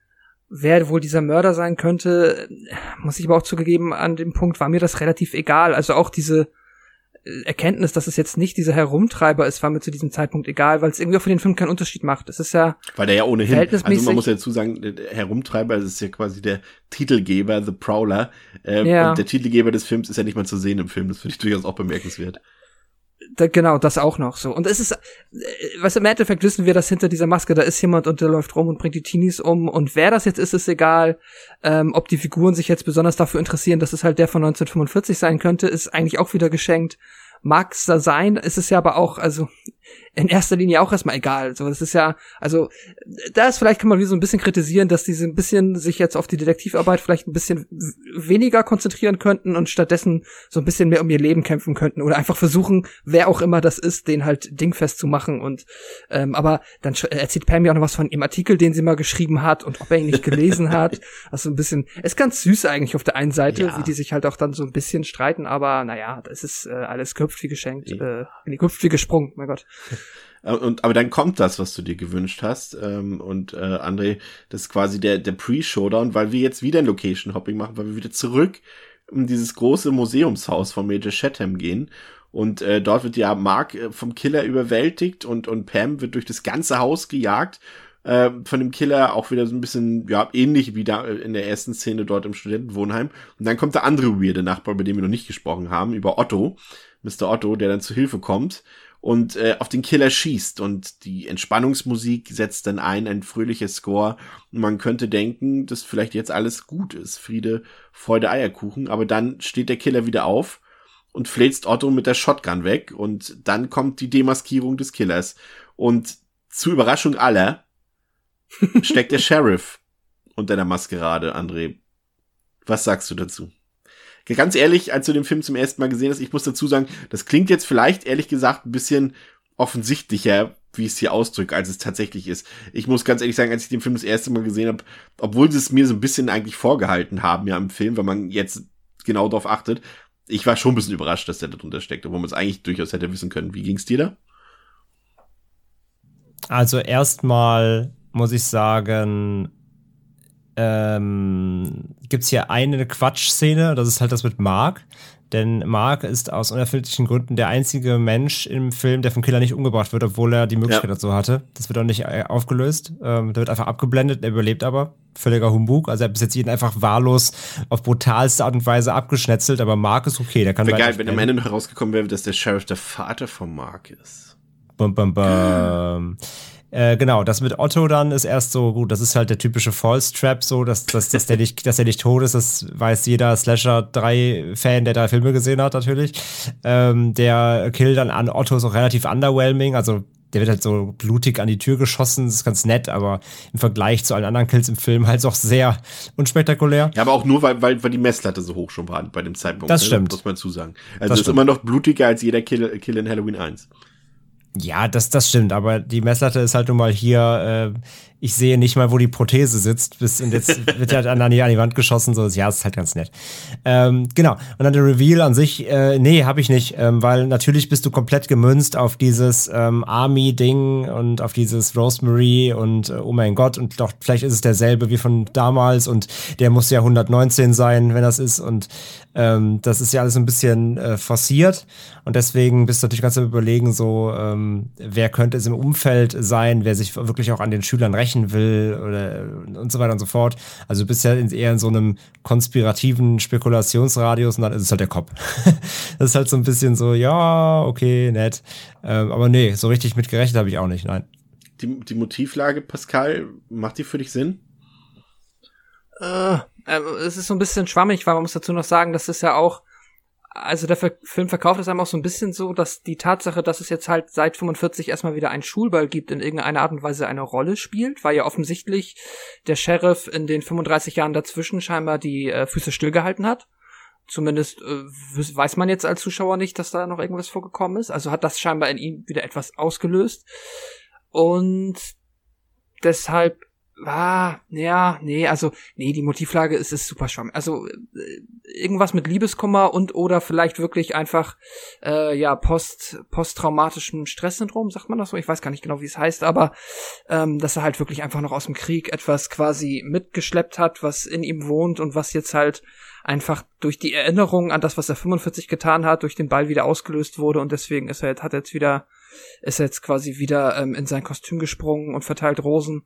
wer wohl dieser Mörder sein könnte, muss ich aber auch zugegeben, an dem Punkt war mir das relativ egal. Also auch diese Erkenntnis, dass es jetzt nicht dieser Herumtreiber ist, war mir zu diesem Zeitpunkt egal, weil es irgendwie auch für den Film keinen Unterschied macht. Es ist ja weil der ja ohnehin, also man muss ja dazu sagen, der Herumtreiber, das ist ja quasi der Titelgeber, The Prowler, ähm, ja. Und der Titelgeber des Films ist ja nicht mal zu sehen im Film, das finde ich durchaus auch bemerkenswert. Da, genau, das auch noch so. Und es ist, was im Endeffekt wissen wir, dass hinter dieser Maske, da ist jemand und der läuft rum und bringt die Teenies um. Und wer das jetzt ist, ist egal. Ähm, ob die Figuren sich jetzt besonders dafür interessieren, dass es halt der von neunzehnhundertfünfundvierzig sein könnte, ist eigentlich auch wieder geschenkt. Mag es da sein, ist es ja aber auch, also in erster Linie auch erstmal egal. So, das ist ja, also da ist vielleicht, kann man wie so ein bisschen kritisieren, dass diese ein bisschen sich jetzt auf die Detektivarbeit vielleicht ein bisschen w- weniger konzentrieren könnten und stattdessen so ein bisschen mehr um ihr Leben kämpfen könnten oder einfach versuchen, wer auch immer das ist, den halt dingfest zu machen. Und ähm, aber dann sch- erzählt Pam ja auch noch was von ihrem Artikel, den sie mal geschrieben hat und ob er ihn nicht gelesen hat. Also ein bisschen, ist ganz süß eigentlich auf der einen Seite, ja. Wie die sich halt auch dann so ein bisschen streiten, aber naja, das ist äh, alles gehüpft wie geschenkt, äh, nee, gehüpft wie gesprungen, mein Gott. Und, aber dann kommt das, was du dir gewünscht hast. Ähm, und äh, André, das ist quasi der, der Pre-Showdown, weil wir jetzt wieder ein Location-Hopping machen, weil wir wieder zurück in dieses große Museumshaus von Major Chatham gehen. Und äh, dort wird ja Mark äh, vom Killer überwältigt und, und Pam wird durch das ganze Haus gejagt. Äh, von dem Killer auch wieder so ein bisschen, ja, ähnlich wie da in der ersten Szene dort im Studentenwohnheim. Und dann kommt der andere weirde Nachbar, über den wir noch nicht gesprochen haben, über Otto, Mister Otto, der dann zu Hilfe kommt und äh, auf den Killer schießt und die Entspannungsmusik setzt dann ein, ein fröhlicher Score und man könnte denken, dass vielleicht jetzt alles gut ist, Friede, Freude, Eierkuchen, aber dann steht der Killer wieder auf und fläzt Otto mit der Shotgun weg und dann kommt die Demaskierung des Killers und zur Überraschung aller steckt der Sheriff unter der Maskerade, André. Was sagst du dazu? Ganz ehrlich, als du den Film zum ersten Mal gesehen hast, ich muss dazu sagen, das klingt jetzt vielleicht, ehrlich gesagt, ein bisschen offensichtlicher, wie ich es hier ausdrücke, als es tatsächlich ist. Ich muss ganz ehrlich sagen, als ich den Film das erste Mal gesehen habe, obwohl sie es mir so ein bisschen eigentlich vorgehalten haben, ja, im Film, wenn man jetzt genau darauf achtet, ich war schon ein bisschen überrascht, dass der da drunter steckt, obwohl man es eigentlich durchaus hätte wissen können. Wie ging's dir da? Also erstmal muss ich sagen, Ähm, gibt's hier eine Quatschszene, das ist halt das mit Mark, denn Mark ist aus unerfindlichen Gründen der einzige Mensch im Film, der vom Killer nicht umgebracht wird, obwohl er die Möglichkeit ja. dazu hatte. Das wird auch nicht aufgelöst, ähm, der wird einfach abgeblendet, er überlebt aber, völliger Humbug, also er hat bis jetzt jeden einfach wahllos auf brutalste Art und Weise abgeschnetzelt, aber Mark ist okay, der kann weiter. Wäre geil, wenn am Ende noch herausgekommen wäre, dass der Sheriff der Vater von Mark ist. Bum, bum, bum. Äh, genau, das mit Otto dann ist erst so, gut, das ist halt der typische False Trap, so, dass, dass, dass, der nicht, dass der nicht tot ist, das weiß jeder Slasher drei Fan, der drei Filme gesehen hat, natürlich. Ähm, der Kill dann an Otto ist auch relativ underwhelming, also der wird halt so blutig an die Tür geschossen, das ist ganz nett, aber im Vergleich zu allen anderen Kills im Film halt auch sehr unspektakulär. Ja, aber auch nur, weil, weil, weil die Messlatte so hoch schon war bei dem Zeitpunkt. Das stimmt. Muss man zusagen. Also es ist immer noch blutiger als jeder Kill, Kill in Halloween eins. Ja, das, das stimmt, aber die Messlatte ist halt nun mal hier, äh, ich sehe nicht mal, wo die Prothese sitzt, bis und jetzt wird ja an die, an die Wand geschossen, so, ja, ist halt ganz nett. Ähm, genau, und dann der Reveal an sich, äh, nee, hab ich nicht, ähm, weil natürlich bist du komplett gemünzt auf dieses ähm, Army-Ding und auf dieses Rosemary und äh, oh mein Gott, und doch, vielleicht ist es derselbe wie von damals und der muss ja hundertneunzehn sein, wenn das ist und ähm, das ist ja alles ein bisschen äh, forciert und deswegen bist du natürlich ganz am Überlegen, so, ähm, wer könnte es im Umfeld sein, wer sich wirklich auch an den Schülern rächen will oder und so weiter und so fort. Also du bist ja eher in so einem konspirativen Spekulationsradius und dann ist es halt der Cop. Das ist halt so ein bisschen so, ja, okay, nett. Ähm, aber nee, so richtig mit gerechnet habe ich auch nicht, nein. Die, die Motivlage, Pascal, macht die für dich Sinn? Äh, äh, es ist so ein bisschen schwammig, weil man muss dazu noch sagen, das ist ja auch also der Ver- Film verkauft es einem auch so ein bisschen so, dass die Tatsache, dass es jetzt halt seit fünfundvierzig erstmal wieder einen Schulball gibt, in irgendeiner Art und Weise eine Rolle spielt, weil ja offensichtlich der Sheriff in den fünfunddreißig Jahren dazwischen scheinbar die äh, Füße stillgehalten hat. Zumindest äh, weiß man jetzt als Zuschauer nicht, dass da noch irgendwas vorgekommen ist. Also hat das scheinbar in ihm wieder etwas ausgelöst. Und deshalb Ah, ja, nee, also, nee, die Motivlage ist, ist super schwammig. Also, äh, irgendwas mit Liebeskummer und oder vielleicht wirklich einfach, äh, ja, post, posttraumatischem Stresssyndrom, sagt man das so? Ich weiß gar nicht genau, wie es heißt, aber, ähm, dass er halt wirklich einfach noch aus dem Krieg etwas quasi mitgeschleppt hat, was in ihm wohnt und was jetzt halt einfach durch die Erinnerung an das, was er fünfundvierzig getan hat, durch den Ball wieder ausgelöst wurde und deswegen ist er jetzt, hat er jetzt wieder, ist er jetzt quasi wieder, ähm, in sein Kostüm gesprungen und verteilt Rosen.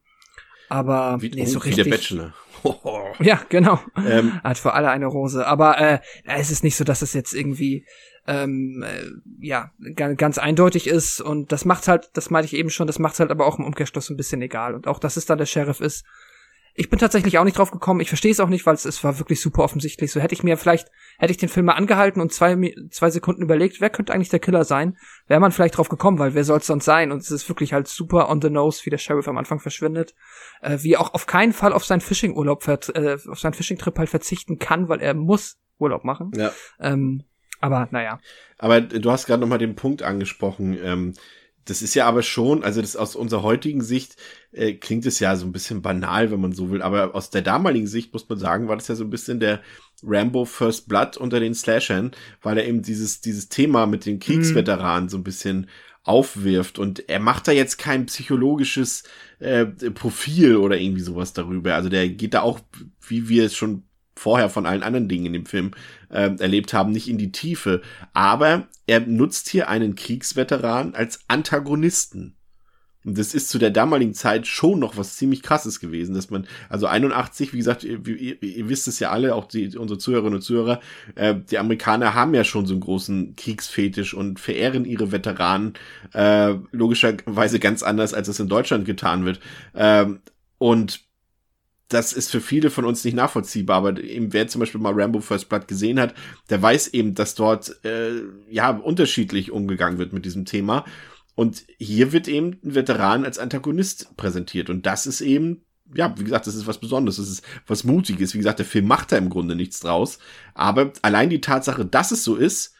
Aber wie, nee, so wie richtig. Der Bachelor. Ja, genau. Ähm. Hat für alle eine Rose. Aber äh, es ist nicht so, dass es jetzt irgendwie ähm, äh, ja g- ganz eindeutig ist. Und das macht halt, das meinte ich eben schon, das macht halt aber auch im Umkehrschluss ein bisschen egal. Und auch, dass es dann der Sheriff ist. Ich bin tatsächlich auch nicht drauf gekommen. Ich verstehe es auch nicht, weil es, es war wirklich super offensichtlich. So hätte ich mir vielleicht, hätte ich den Film mal angehalten und zwei, zwei Sekunden überlegt, wer könnte eigentlich der Killer sein, wäre man vielleicht drauf gekommen, weil wer soll es sonst sein? Und es ist wirklich halt super on the nose, wie der Sheriff am Anfang verschwindet. Äh, wie er auch auf keinen Fall auf seinen Fishing-Urlaub, vert- äh, auf seinen Fishing-Trip halt verzichten kann, weil er muss Urlaub machen. Ja. Ähm, aber naja. Aber du hast gerade nochmal den Punkt angesprochen, ähm, das ist ja aber schon, also das aus unserer heutigen Sicht äh, klingt es ja so ein bisschen banal, wenn man so will, aber aus der damaligen Sicht muss man sagen, war das ja so ein bisschen der Rambo First Blood unter den Slashern, weil er eben dieses dieses Thema mit den Kriegsveteranen mhm. so ein bisschen aufwirft und er macht da jetzt kein psychologisches äh, Profil oder irgendwie sowas darüber, also der geht da auch, wie wir es schon vorher von allen anderen Dingen in dem Film äh, erlebt haben, nicht in die Tiefe. Aber er nutzt hier einen Kriegsveteran als Antagonisten. Und das ist zu der damaligen Zeit schon noch was ziemlich Krasses gewesen, dass man, also einundachtzig, wie gesagt, ihr, ihr, ihr wisst es ja alle, auch die, unsere Zuhörerinnen und Zuhörer, äh, die Amerikaner haben ja schon so einen großen Kriegsfetisch und verehren ihre Veteranen äh, logischerweise ganz anders, als es in Deutschland getan wird. Äh, und das ist für viele von uns nicht nachvollziehbar, aber eben wer zum Beispiel mal Rambo First Blood gesehen hat, der weiß eben, dass dort äh, ja unterschiedlich umgegangen wird mit diesem Thema. Und hier wird eben ein Veteran als Antagonist präsentiert. Und das ist eben, ja, wie gesagt, das ist was Besonderes, das ist was Mutiges. Wie gesagt, der Film macht da im Grunde nichts draus. Aber allein die Tatsache, dass es so ist,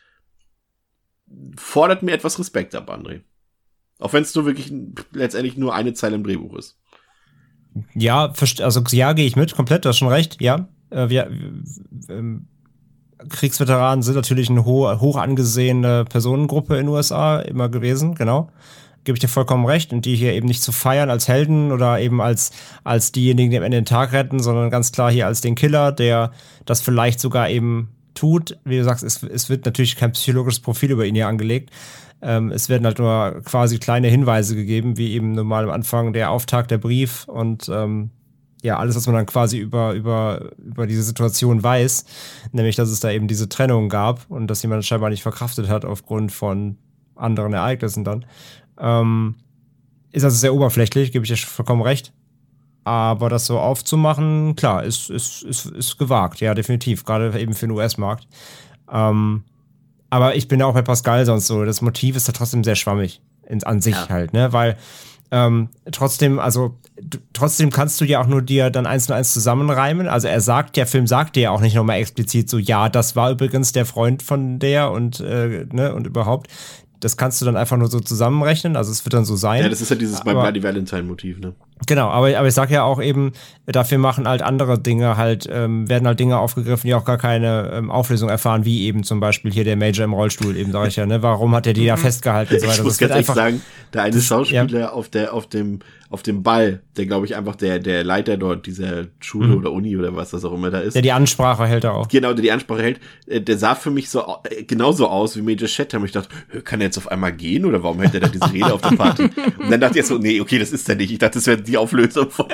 fordert mir etwas Respekt ab, André. Auch wenn es nur wirklich letztendlich nur eine Zeile im Drehbuch ist. Ja, also ja, gehe ich mit, komplett, du hast schon recht, ja. Äh, wir, ähm, Kriegsveteranen sind natürlich eine ho- hoch angesehene Personengruppe in den U S A immer gewesen, genau. Gebe ich dir vollkommen recht. Und die hier eben nicht zu feiern als Helden oder eben als, als diejenigen, die am Ende den Tag retten, sondern ganz klar hier als den Killer, der das vielleicht sogar eben tut. Wie du sagst, es, es wird natürlich kein psychologisches Profil über ihn hier angelegt. Ähm, es werden halt nur quasi kleine Hinweise gegeben, wie eben normal am Anfang der Auftakt, der Brief und ähm, ja, alles, was man dann quasi über, über, über diese Situation weiß, nämlich, dass es da eben diese Trennung gab und dass jemand scheinbar nicht verkraftet hat aufgrund von anderen Ereignissen dann. Ähm, ist also sehr oberflächlich, gebe ich dir vollkommen recht. Aber das so aufzumachen, klar, ist, ist, ist, ist gewagt, ja, definitiv, gerade eben für den U S-Markt. Ähm, aber ich bin ja auch bei Pascal sonst so, das Motiv ist da trotzdem sehr schwammig in, an sich ja. halt, ne, weil ähm, trotzdem, also d- trotzdem kannst du ja auch nur dir dann eins und eins zusammenreimen, also er sagt, der Film sagt dir ja auch nicht nochmal explizit so, ja, das war übrigens der Freund von der und, äh, ne, und überhaupt, das kannst du dann einfach nur so zusammenrechnen, also es wird dann so sein. Ja, das ist ja dieses aber, My Bloody Valentine-Motiv, ne? Genau, aber, aber ich sag ja auch eben, dafür machen halt andere Dinge halt, ähm, werden halt Dinge aufgegriffen, die auch gar keine ähm, Auflösung erfahren, wie eben zum Beispiel hier der Major im Rollstuhl, eben sag ich ja, ne? Warum hat er die da festgehalten und so weiter? Ich muss das ganz ehrlich einfach sagen, der eine Schauspieler ja. auf der, auf dem, auf dem Ball, der glaube ich einfach der, der Leiter dort dieser Schule mhm. oder Uni oder was das auch immer da ist. Der die Ansprache hält er auch. Genau, der die Ansprache hält. Der sah für mich so genauso aus wie Major Chatham. Ich dachte, kann er jetzt auf einmal gehen oder warum hält er da diese Rede auf der Party? Und dann dachte ich so, nee, okay, das ist er nicht. Ich dachte, das wäre die Auflösung von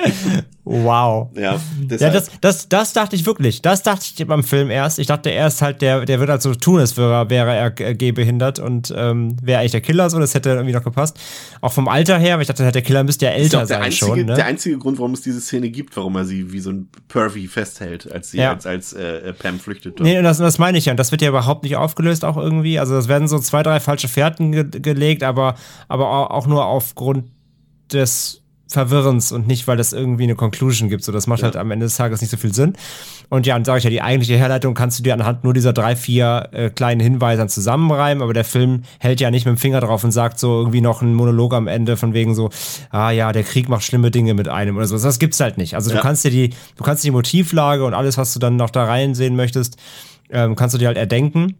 Wow. Ja, ja das, das, das dachte ich wirklich. Das dachte ich beim Film erst. Ich dachte erst halt, der, der wird halt so tun, als wäre, wäre er gehbehindert und ähm, wäre eigentlich der Killer so. Das hätte irgendwie noch gepasst. Auch vom Alter her, aber ich dachte, der Killer müsste ja älter sein einzige, schon. Ne? Der einzige Grund, warum es diese Szene gibt, warum er sie wie so ein Pervy festhält, als sie ja. als, als äh, Pam flüchtet. Dort. Nee, das, das meine ich ja. Und das wird ja überhaupt nicht aufgelöst auch irgendwie. Also das werden so zwei, drei falsche Fährten ge- gelegt, aber, aber auch nur aufgrund des Verwirrens und nicht, weil das irgendwie eine Conclusion gibt. So, das macht ja. halt am Ende des Tages nicht so viel Sinn. Und ja, dann sage ich ja, die eigentliche Herleitung kannst du dir anhand nur dieser drei, vier äh, kleinen Hinweisern zusammenreimen, aber der Film hält ja nicht mit dem Finger drauf und sagt so irgendwie noch einen Monolog am Ende von wegen so, ah ja, der Krieg macht schlimme Dinge mit einem oder so. Das gibt's halt nicht. Also ja. du kannst dir die, du kannst die Motivlage und alles, was du dann noch da reinsehen möchtest, ähm, kannst du dir halt erdenken.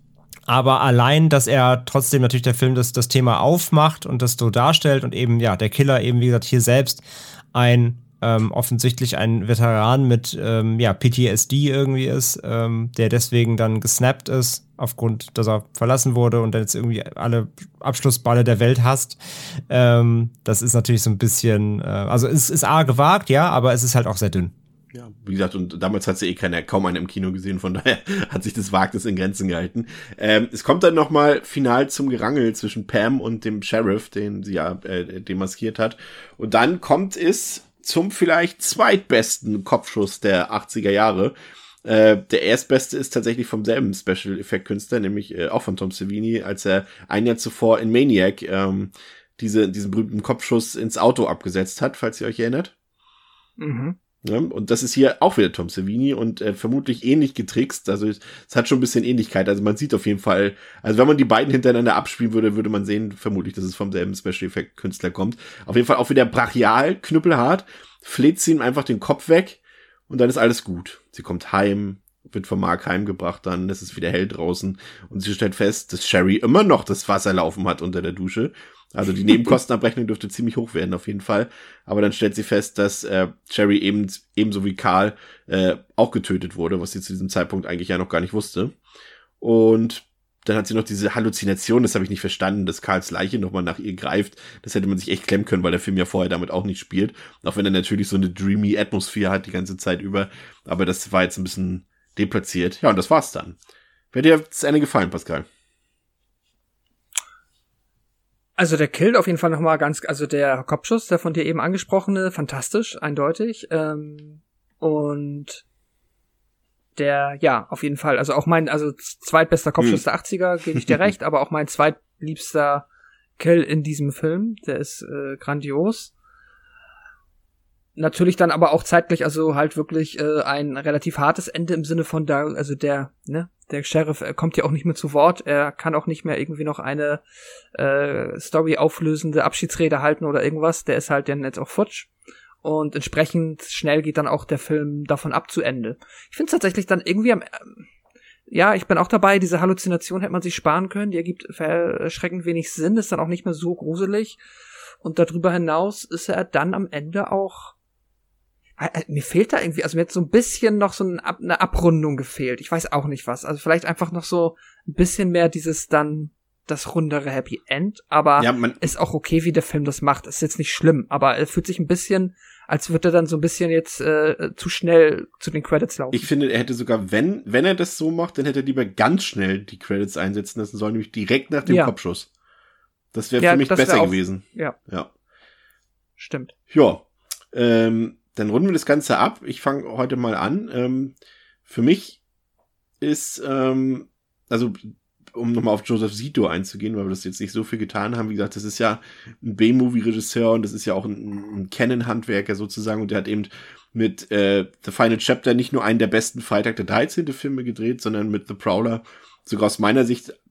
Aber allein, dass er trotzdem natürlich der Film das, das Thema aufmacht und das so darstellt und eben, ja, der Killer eben, wie gesagt, hier selbst ein ähm, offensichtlich ein Veteran mit ähm, ja, P T S D irgendwie ist, ähm, der deswegen dann gesnappt ist, aufgrund, dass er verlassen wurde und dann jetzt irgendwie alle Abschlussballe der Welt hasst. Ähm, das ist natürlich so ein bisschen, äh, also es ist A gewagt, ja, aber es ist halt auch sehr dünn. Ja, wie gesagt, und damals hat sie eh keiner, kaum einen im Kino gesehen, von daher hat sich das Wagnis in Grenzen gehalten. Ähm, es kommt dann nochmal final zum Gerangel zwischen Pam und dem Sheriff, den sie ja äh, demaskiert hat. Und dann kommt es zum vielleicht zweitbesten Kopfschuss der achtziger Jahre. Äh, der erstbeste ist tatsächlich vom selben Special-Effekt-Künstler, nämlich äh, auch von Tom Savini, als er ein Jahr zuvor in Maniac ähm, diese, diesen berühmten Kopfschuss ins Auto abgesetzt hat, falls ihr euch erinnert. Mhm. Ja, und das ist hier auch wieder Tom Savini und äh, vermutlich ähnlich getrickst. Also es, es hat schon ein bisschen Ähnlichkeit. Also man sieht auf jeden Fall, also wenn man die beiden hintereinander abspielen würde, würde man sehen, vermutlich, dass es vom selben Special-Effekt-Künstler kommt. Auf jeden Fall auch wieder brachial, knüppelhart, fleht sie ihm einfach den Kopf weg und dann ist alles gut. Sie kommt heim, wird von Mark heimgebracht, dann ist es wieder hell draußen und sie stellt fest, dass Sherry immer noch das Wasser laufen hat unter der Dusche. Also die Nebenkostenabrechnung dürfte ziemlich hoch werden auf jeden Fall. Aber dann stellt sie fest, dass äh, Sherry eben ebenso wie Carl äh, auch getötet wurde, was sie zu diesem Zeitpunkt eigentlich ja noch gar nicht wusste. Und dann hat sie noch diese Halluzination, das habe ich nicht verstanden, dass Carls Leiche nochmal nach ihr greift. Das hätte man sich echt klemmen können, weil der Film ja vorher damit auch nicht spielt. Auch wenn er natürlich so eine dreamy Atmosphäre hat die ganze Zeit über. Aber das war jetzt ein bisschen deplatziert. Ja, und das war's dann. Wer dir das Ende gefallen, Pascal? Also der killt auf jeden Fall nochmal ganz, also der Kopfschuss, der von dir eben angesprochene, fantastisch, eindeutig. Ähm, und der, ja, auf jeden Fall, also auch mein, also zweitbester Kopfschuss hm. der achtziger, gebe ich dir recht, aber auch mein zweitliebster Kill in diesem Film, der ist äh, grandios. Natürlich dann aber auch zeitgleich, also halt wirklich äh, ein relativ hartes Ende im Sinne von da, also der, ne, der Sheriff äh, kommt ja auch nicht mehr zu Wort, er kann auch nicht mehr irgendwie noch eine äh, Story auflösende Abschiedsrede halten oder irgendwas, der ist halt dann jetzt auch futsch und entsprechend schnell geht dann auch der Film davon ab zu Ende. Ich finde es tatsächlich dann irgendwie am, äh, ja, ich bin auch dabei, diese Halluzination hätte man sich sparen können, die ergibt erschreckend wenig Sinn, ist dann auch nicht mehr so gruselig und darüber hinaus ist er dann am Ende auch mir fehlt da irgendwie, also mir hat so ein bisschen noch so eine, Ab- eine Abrundung gefehlt. Ich weiß auch nicht was. Also vielleicht einfach noch so ein bisschen mehr dieses dann das rundere Happy End. Aber ja, man, ist auch okay, wie der Film das macht. Ist jetzt nicht schlimm. Aber er fühlt sich ein bisschen, als würde er dann so ein bisschen jetzt äh, zu schnell zu den Credits laufen. Ich finde, er hätte sogar, wenn wenn er das so macht, dann hätte er lieber ganz schnell die Credits einsetzen lassen sollen, nämlich direkt nach dem ja. Kopfschuss. Das wäre ja, für mich besser auch, gewesen. Ja. Ja. Stimmt. Ja. Ähm, Dann runden wir das Ganze ab. Ich fange heute mal an. Ähm, für mich ist, ähm, also um nochmal auf Joseph Zito einzugehen, weil wir das jetzt nicht so viel getan haben. Wie gesagt, das ist ja ein B-Movie-Regisseur und das ist ja auch ein, ein Canon-Handwerker sozusagen. Und der hat eben mit äh, The Final Chapter nicht nur einen der besten Freitag der dreizehnte Filme gedreht, sondern mit The Prowler sogar aus meiner Sicht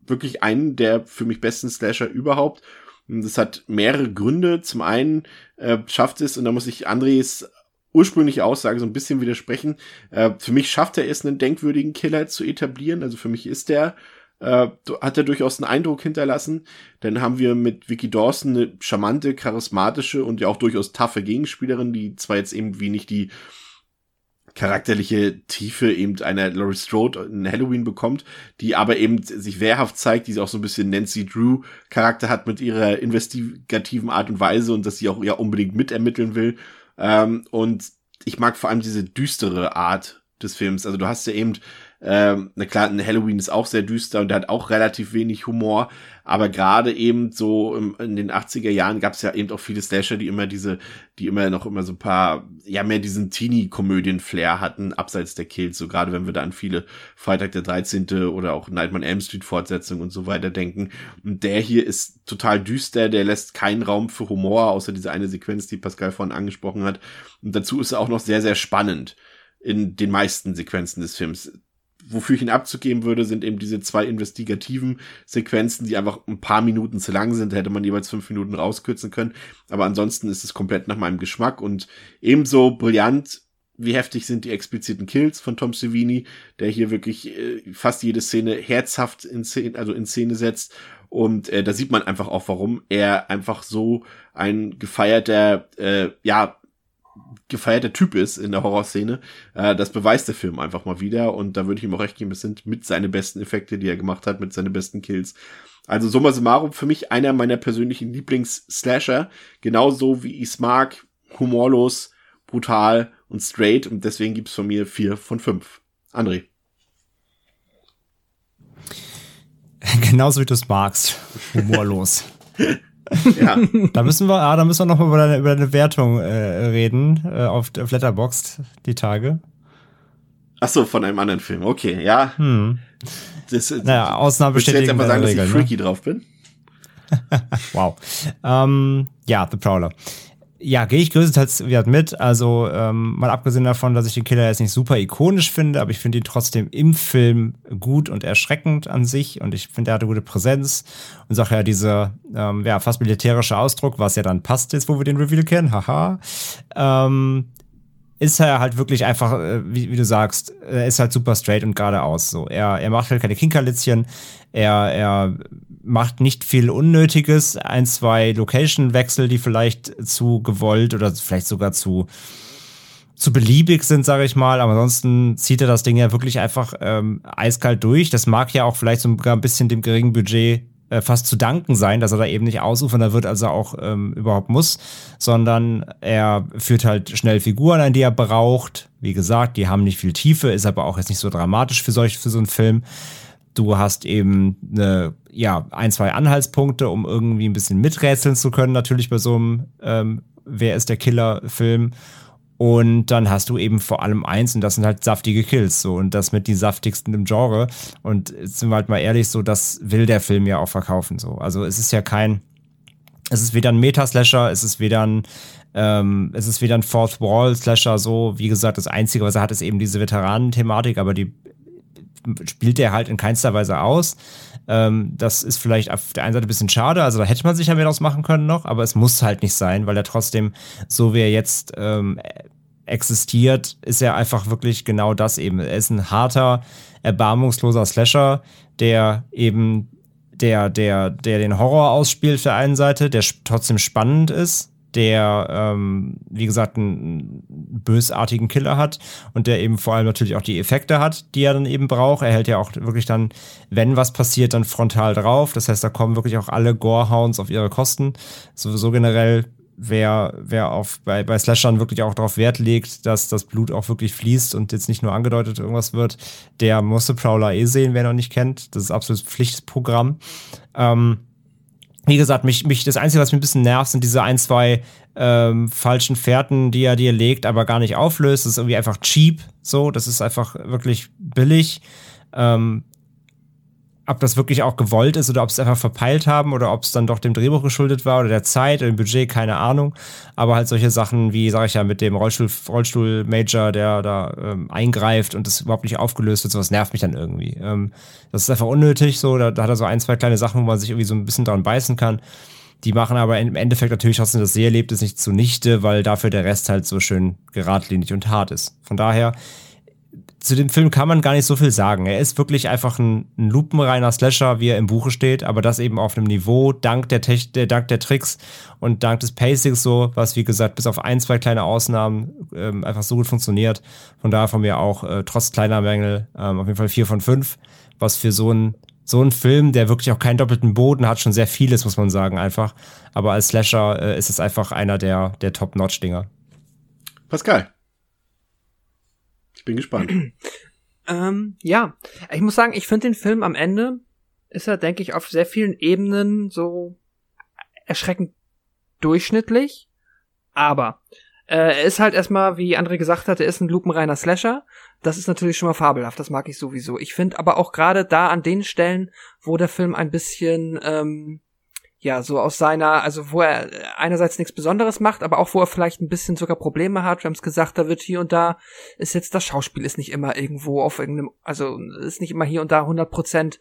wirklich einen der für mich besten Slasher überhaupt. Und das hat mehrere Gründe. Zum einen äh, schafft es, und da muss ich Andres ursprüngliche Aussage so ein bisschen widersprechen, äh, für mich schafft er es, einen denkwürdigen Killer zu etablieren. Also für mich ist der, äh, hat er durchaus einen Eindruck hinterlassen. Dann haben wir mit Vicky Dawson eine charmante, charismatische und ja auch durchaus taffe Gegenspielerin, die zwar jetzt eben wie nicht die charakterliche Tiefe eben einer Laurie Strode in Halloween bekommt, die aber eben sich wehrhaft zeigt, die sie auch so ein bisschen Nancy Drew Charakter hat mit ihrer investigativen Art und Weise und dass sie auch ja unbedingt mitermitteln will. Ähm, und ich mag vor allem diese düstere Art des Films. Also du hast ja eben, ähm, na klar, ein Halloween ist auch sehr düster und der hat auch relativ wenig Humor, aber gerade eben so im, in den achtziger Jahren gab es ja eben auch viele Slasher, die immer diese, die immer noch immer so ein paar, ja mehr diesen Teenie-Komödien-Flair hatten, abseits der Kills, so gerade wenn wir da an viele Freitag der dreizehnte oder auch Nightmare on Elm Street Fortsetzungen und so weiter denken. Und der hier ist total düster, der lässt keinen Raum für Humor, außer diese eine Sequenz, die Pascal vorhin angesprochen hat. Und dazu ist er auch noch sehr, sehr spannend in den meisten Sequenzen des Films. Wofür ich ihn abzugeben würde, sind eben diese zwei investigativen Sequenzen, die einfach ein paar Minuten zu lang sind. Da hätte man jeweils fünf Minuten rauskürzen können. Aber ansonsten ist es komplett nach meinem Geschmack und ebenso brillant, wie heftig sind die expliziten Kills von Tom Savini, der hier wirklich äh, fast jede Szene herzhaft in Szene, also in Szene setzt. Und äh, da sieht man einfach auch, warum er einfach so ein gefeierter, äh, ja, gefeierter Typ ist in der Horrorszene. Äh, das beweist der Film einfach mal wieder und da würde ich ihm auch recht geben, es sind mit seine besten Effekte, die er gemacht hat, mit seinen besten Kills. Also summa summarum für mich einer meiner persönlichen Lieblings-Slasher, genauso wie ich es mag, humorlos, brutal und straight und deswegen gibt's von mir vier von fünf. André. Genauso wie du es magst, humorlos. Ja. Da müssen wir, ah, da müssen wir noch mal über deine, über deine Wertung äh, reden, äh, auf, auf Letterboxd die Tage. Ach so, von einem anderen Film. Okay, ja. Hm. Das, naja, Ausnahmen bestätigen. Willst du jetzt einfach sagen, Regeln, dass ich freaky ne? drauf bin? Wow. Ähm, ja, The Prowler. Ja, gehe ich größtenteils wieder mit. Also ähm, mal abgesehen davon, dass ich den Killer jetzt nicht super ikonisch finde, aber ich finde ihn trotzdem im Film gut und erschreckend an sich und ich finde, er hat eine gute Präsenz und sage ja, dieser ähm, ja, fast militärische Ausdruck, was ja dann passt jetzt, wo wir den Reveal kennen, haha, ähm, ist er halt wirklich einfach, äh, wie, wie du sagst, er ist halt super straight und geradeaus. So. Er, er macht halt keine Kinkerlitzchen, er, er macht nicht viel Unnötiges, ein, zwei Location-Wechsel, die vielleicht zu gewollt oder vielleicht sogar zu, zu beliebig sind, sage ich mal. Aber ansonsten zieht er das Ding ja wirklich einfach ähm, eiskalt durch. Das mag ja auch vielleicht sogar ein bisschen dem geringen Budget äh, fast zu danken sein, dass er da eben nicht ausufernder wird, als er auch ähm, überhaupt muss, sondern er führt halt schnell Figuren ein, die er braucht. Wie gesagt, die haben nicht viel Tiefe, ist aber auch jetzt nicht so dramatisch für solch, für so einen Film. Du hast eben eine, ja, ein, zwei Anhaltspunkte, um irgendwie ein bisschen miträtseln zu können, natürlich bei so einem ähm, Wer ist der Killer-Film. Und dann hast du eben vor allem eins, und das sind halt saftige Kills, so, und das mit die saftigsten im Genre. Und jetzt sind wir halt mal ehrlich, so, das will der Film ja auch verkaufen, so. Also es ist ja kein, es ist weder ein Meta-Slasher, es ist weder ein, ähm, es ist weder ein Fourth-Wall-Slasher, so. Wie gesagt, das Einzige, was er hat, ist eben diese Veteranen-Thematik, aber die spielt er halt in keinster Weise aus. Ähm, das ist vielleicht auf der einen Seite ein bisschen schade, also da hätte man sicher mehr draus machen können noch, aber es muss halt nicht sein, weil er trotzdem, so wie er jetzt ähm, existiert, ist er einfach wirklich genau das eben. Er ist ein harter, erbarmungsloser Slasher, der eben der, der, der den Horror ausspielt auf der einen Seite, der trotzdem spannend ist, der, ähm, wie gesagt, einen bösartigen Killer hat und der eben vor allem natürlich auch die Effekte hat, die er dann eben braucht. Er hält ja auch wirklich dann, wenn was passiert, dann frontal drauf. Das heißt, da kommen wirklich auch alle Gorehounds auf ihre Kosten. Sowieso generell, wer, wer auf, bei, bei Slashern wirklich auch darauf Wert legt, dass das Blut auch wirklich fließt und jetzt nicht nur angedeutet irgendwas wird, der muss The Prowler eh sehen, wer noch nicht kennt. Das ist absolutes Pflichtprogramm. Ähm, Wie gesagt, mich, mich, das Einzige, was mich ein bisschen nervt, sind diese ein, zwei ähm, falschen Fährten, die er dir legt, aber gar nicht auflöst. Das ist irgendwie einfach cheap, so. Das ist einfach wirklich billig. Ähm, ob das wirklich auch gewollt ist oder ob sie es einfach verpeilt haben oder ob es dann doch dem Drehbuch geschuldet war oder der Zeit oder dem Budget, keine Ahnung. Aber halt solche Sachen wie, sag ich ja, mit dem Rollstuhl, Rollstuhl-Major, der da ähm, eingreift und das überhaupt nicht aufgelöst wird, sowas nervt mich dann irgendwie. Ähm, das ist einfach unnötig, so, da, da hat er so ein, zwei kleine Sachen, wo man sich irgendwie so ein bisschen dran beißen kann. Die machen aber im Endeffekt natürlich trotzdem das Seherlebnis nicht zunichte, weil dafür der Rest halt so schön geradlinig und hart ist. Von daher, zu dem Film kann man gar nicht so viel sagen. Er ist wirklich einfach ein, ein lupenreiner Slasher, wie er im Buche steht, aber das eben auf einem Niveau, dank der, Tech, der, dank der Tricks und dank des Pacings so, was wie gesagt bis auf ein, zwei kleine Ausnahmen ähm, einfach so gut funktioniert. Von daher von mir auch äh, trotz kleiner Mängel ähm, auf jeden Fall vier von fünf, was für so ein so ein Film, der wirklich auch keinen doppelten Boden hat, schon sehr vieles, muss man sagen einfach. Aber als Slasher äh, ist es einfach einer der, der Top-Notch-Dinger. Pascal. Ich bin gespannt. ähm, ja, ich muss sagen, ich finde den Film am Ende ist er, denke ich, auf sehr vielen Ebenen so erschreckend durchschnittlich. Aber äh, er ist halt erstmal, wie André gesagt hat, er ist ein lupenreiner Slasher. Das ist natürlich schon mal fabelhaft, das mag ich sowieso. Ich finde aber auch gerade da an den Stellen, wo der Film ein bisschen, ähm, ja, so aus seiner, also wo er einerseits nichts Besonderes macht, aber auch wo er vielleicht ein bisschen sogar Probleme hat. Wir haben es gesagt, da wird hier und da, ist jetzt das Schauspiel ist nicht immer irgendwo auf irgendeinem, also ist nicht immer hier und da hundert Prozent,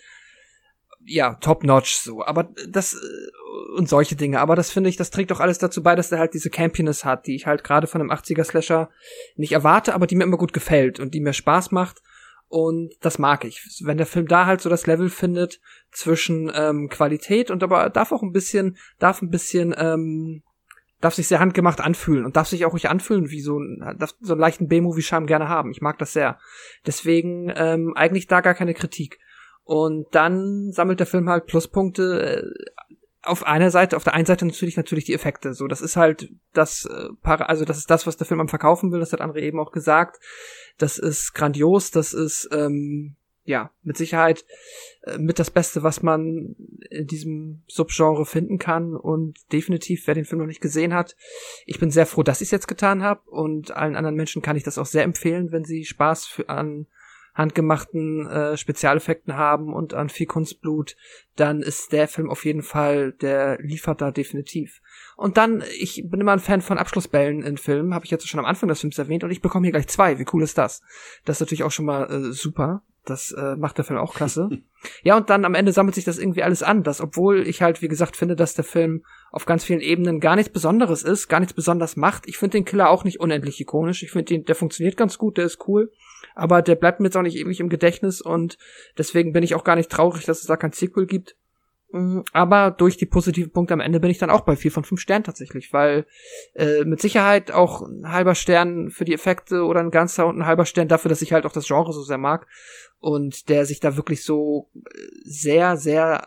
ja, top-notch so. Aber das, und solche Dinge. Aber das finde ich, das trägt doch alles dazu bei, dass er halt diese Campiness hat, die ich halt gerade von einem achtziger-Slasher nicht erwarte, aber die mir immer gut gefällt und die mir Spaß macht. Und das mag ich. Wenn der Film da halt so das Level findet zwischen ähm, Qualität und aber darf auch ein bisschen, darf ein bisschen, ähm, darf sich sehr handgemacht anfühlen und darf sich auch ruhig anfühlen, wie so ein, darf so einen leichten B-Movie-Charme gerne haben. Ich mag das sehr. Deswegen ähm, eigentlich da gar keine Kritik. Und dann sammelt der Film halt Pluspunkte. Äh, auf einer Seite, auf der einen Seite natürlich natürlich die Effekte. So, das ist halt das, äh, also das ist das, was der Film am verkaufen will. Das hat André eben auch gesagt. Das ist grandios. Das ist ähm, ja mit Sicherheit äh, mit das Beste, was man in diesem Subgenre finden kann. Und definitiv, wer den Film noch nicht gesehen hat, ich bin sehr froh, dass ich es jetzt getan habe. Und allen anderen Menschen kann ich das auch sehr empfehlen, wenn sie Spaß für, an handgemachten äh, Spezialeffekten haben und an viel Kunstblut, dann ist der Film auf jeden Fall, der liefert da definitiv. Und dann, ich bin immer ein Fan von Abschlussbällen in Filmen, habe ich jetzt schon am Anfang des Films erwähnt, und ich bekomme hier gleich zwei. Wie cool ist das? Das ist natürlich auch schon mal äh, super. Das äh, macht der Film auch klasse. Ja, und dann am Ende sammelt sich das irgendwie alles an, dass, obwohl ich halt, wie gesagt, finde, dass der Film auf ganz vielen Ebenen gar nichts Besonderes ist, gar nichts besonders macht. Ich finde den Killer auch nicht unendlich ikonisch. Ich finde den, der funktioniert ganz gut, der ist cool. Aber der bleibt mir jetzt auch nicht ewig im Gedächtnis und deswegen bin ich auch gar nicht traurig, dass es da kein Sequel gibt. Aber durch die positiven Punkte am Ende bin ich dann auch bei vier von fünf Sternen tatsächlich, weil äh, mit Sicherheit auch ein halber Stern für die Effekte oder ein ganzer und ein halber Stern dafür, dass ich halt auch das Genre so sehr mag und der sich da wirklich so sehr, sehr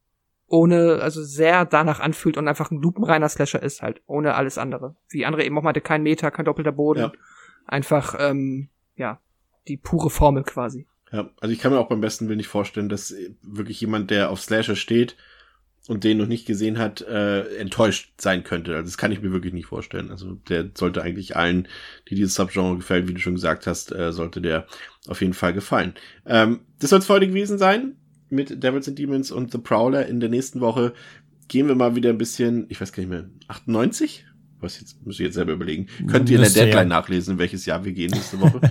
ohne, also sehr danach anfühlt und einfach ein lupenreiner Slasher ist halt, ohne alles andere. Wie andere eben auch meinte, kein Meter, kein doppelter Boden, ja. Einfach, ähm, ja, die pure Formel quasi. Ja, also ich kann mir auch beim besten Willen nicht vorstellen, dass wirklich jemand, der auf Slasher steht und den noch nicht gesehen hat, äh, enttäuscht sein könnte. Also das kann ich mir wirklich nicht vorstellen. Also der sollte eigentlich allen, die dieses Subgenre gefällt, wie du schon gesagt hast, äh, sollte der auf jeden Fall gefallen. Ähm, das soll es für heute gewesen sein mit Devils and Demons und The Prowler. In der nächsten Woche gehen wir mal wieder ein bisschen, ich weiß gar nicht mehr, achtundneunzig? Was jetzt, muss ich jetzt selber überlegen. Könnt ihr in der Deadline ja nachlesen, in welches Jahr wir gehen nächste Woche.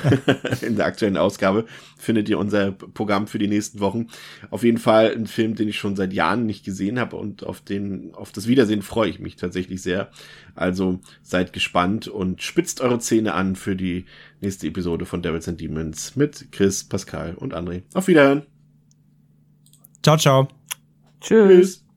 In der aktuellen Ausgabe findet ihr unser Programm für die nächsten Wochen. Auf jeden Fall ein Film, den ich schon seit Jahren nicht gesehen habe und auf den, auf das Wiedersehen freue ich mich tatsächlich sehr. Also seid gespannt und spitzt eure Zähne an für die nächste Episode von Devils and Demons mit Chris, Pascal und André. Auf Wiederhören. Ciao, ciao. Tschüss.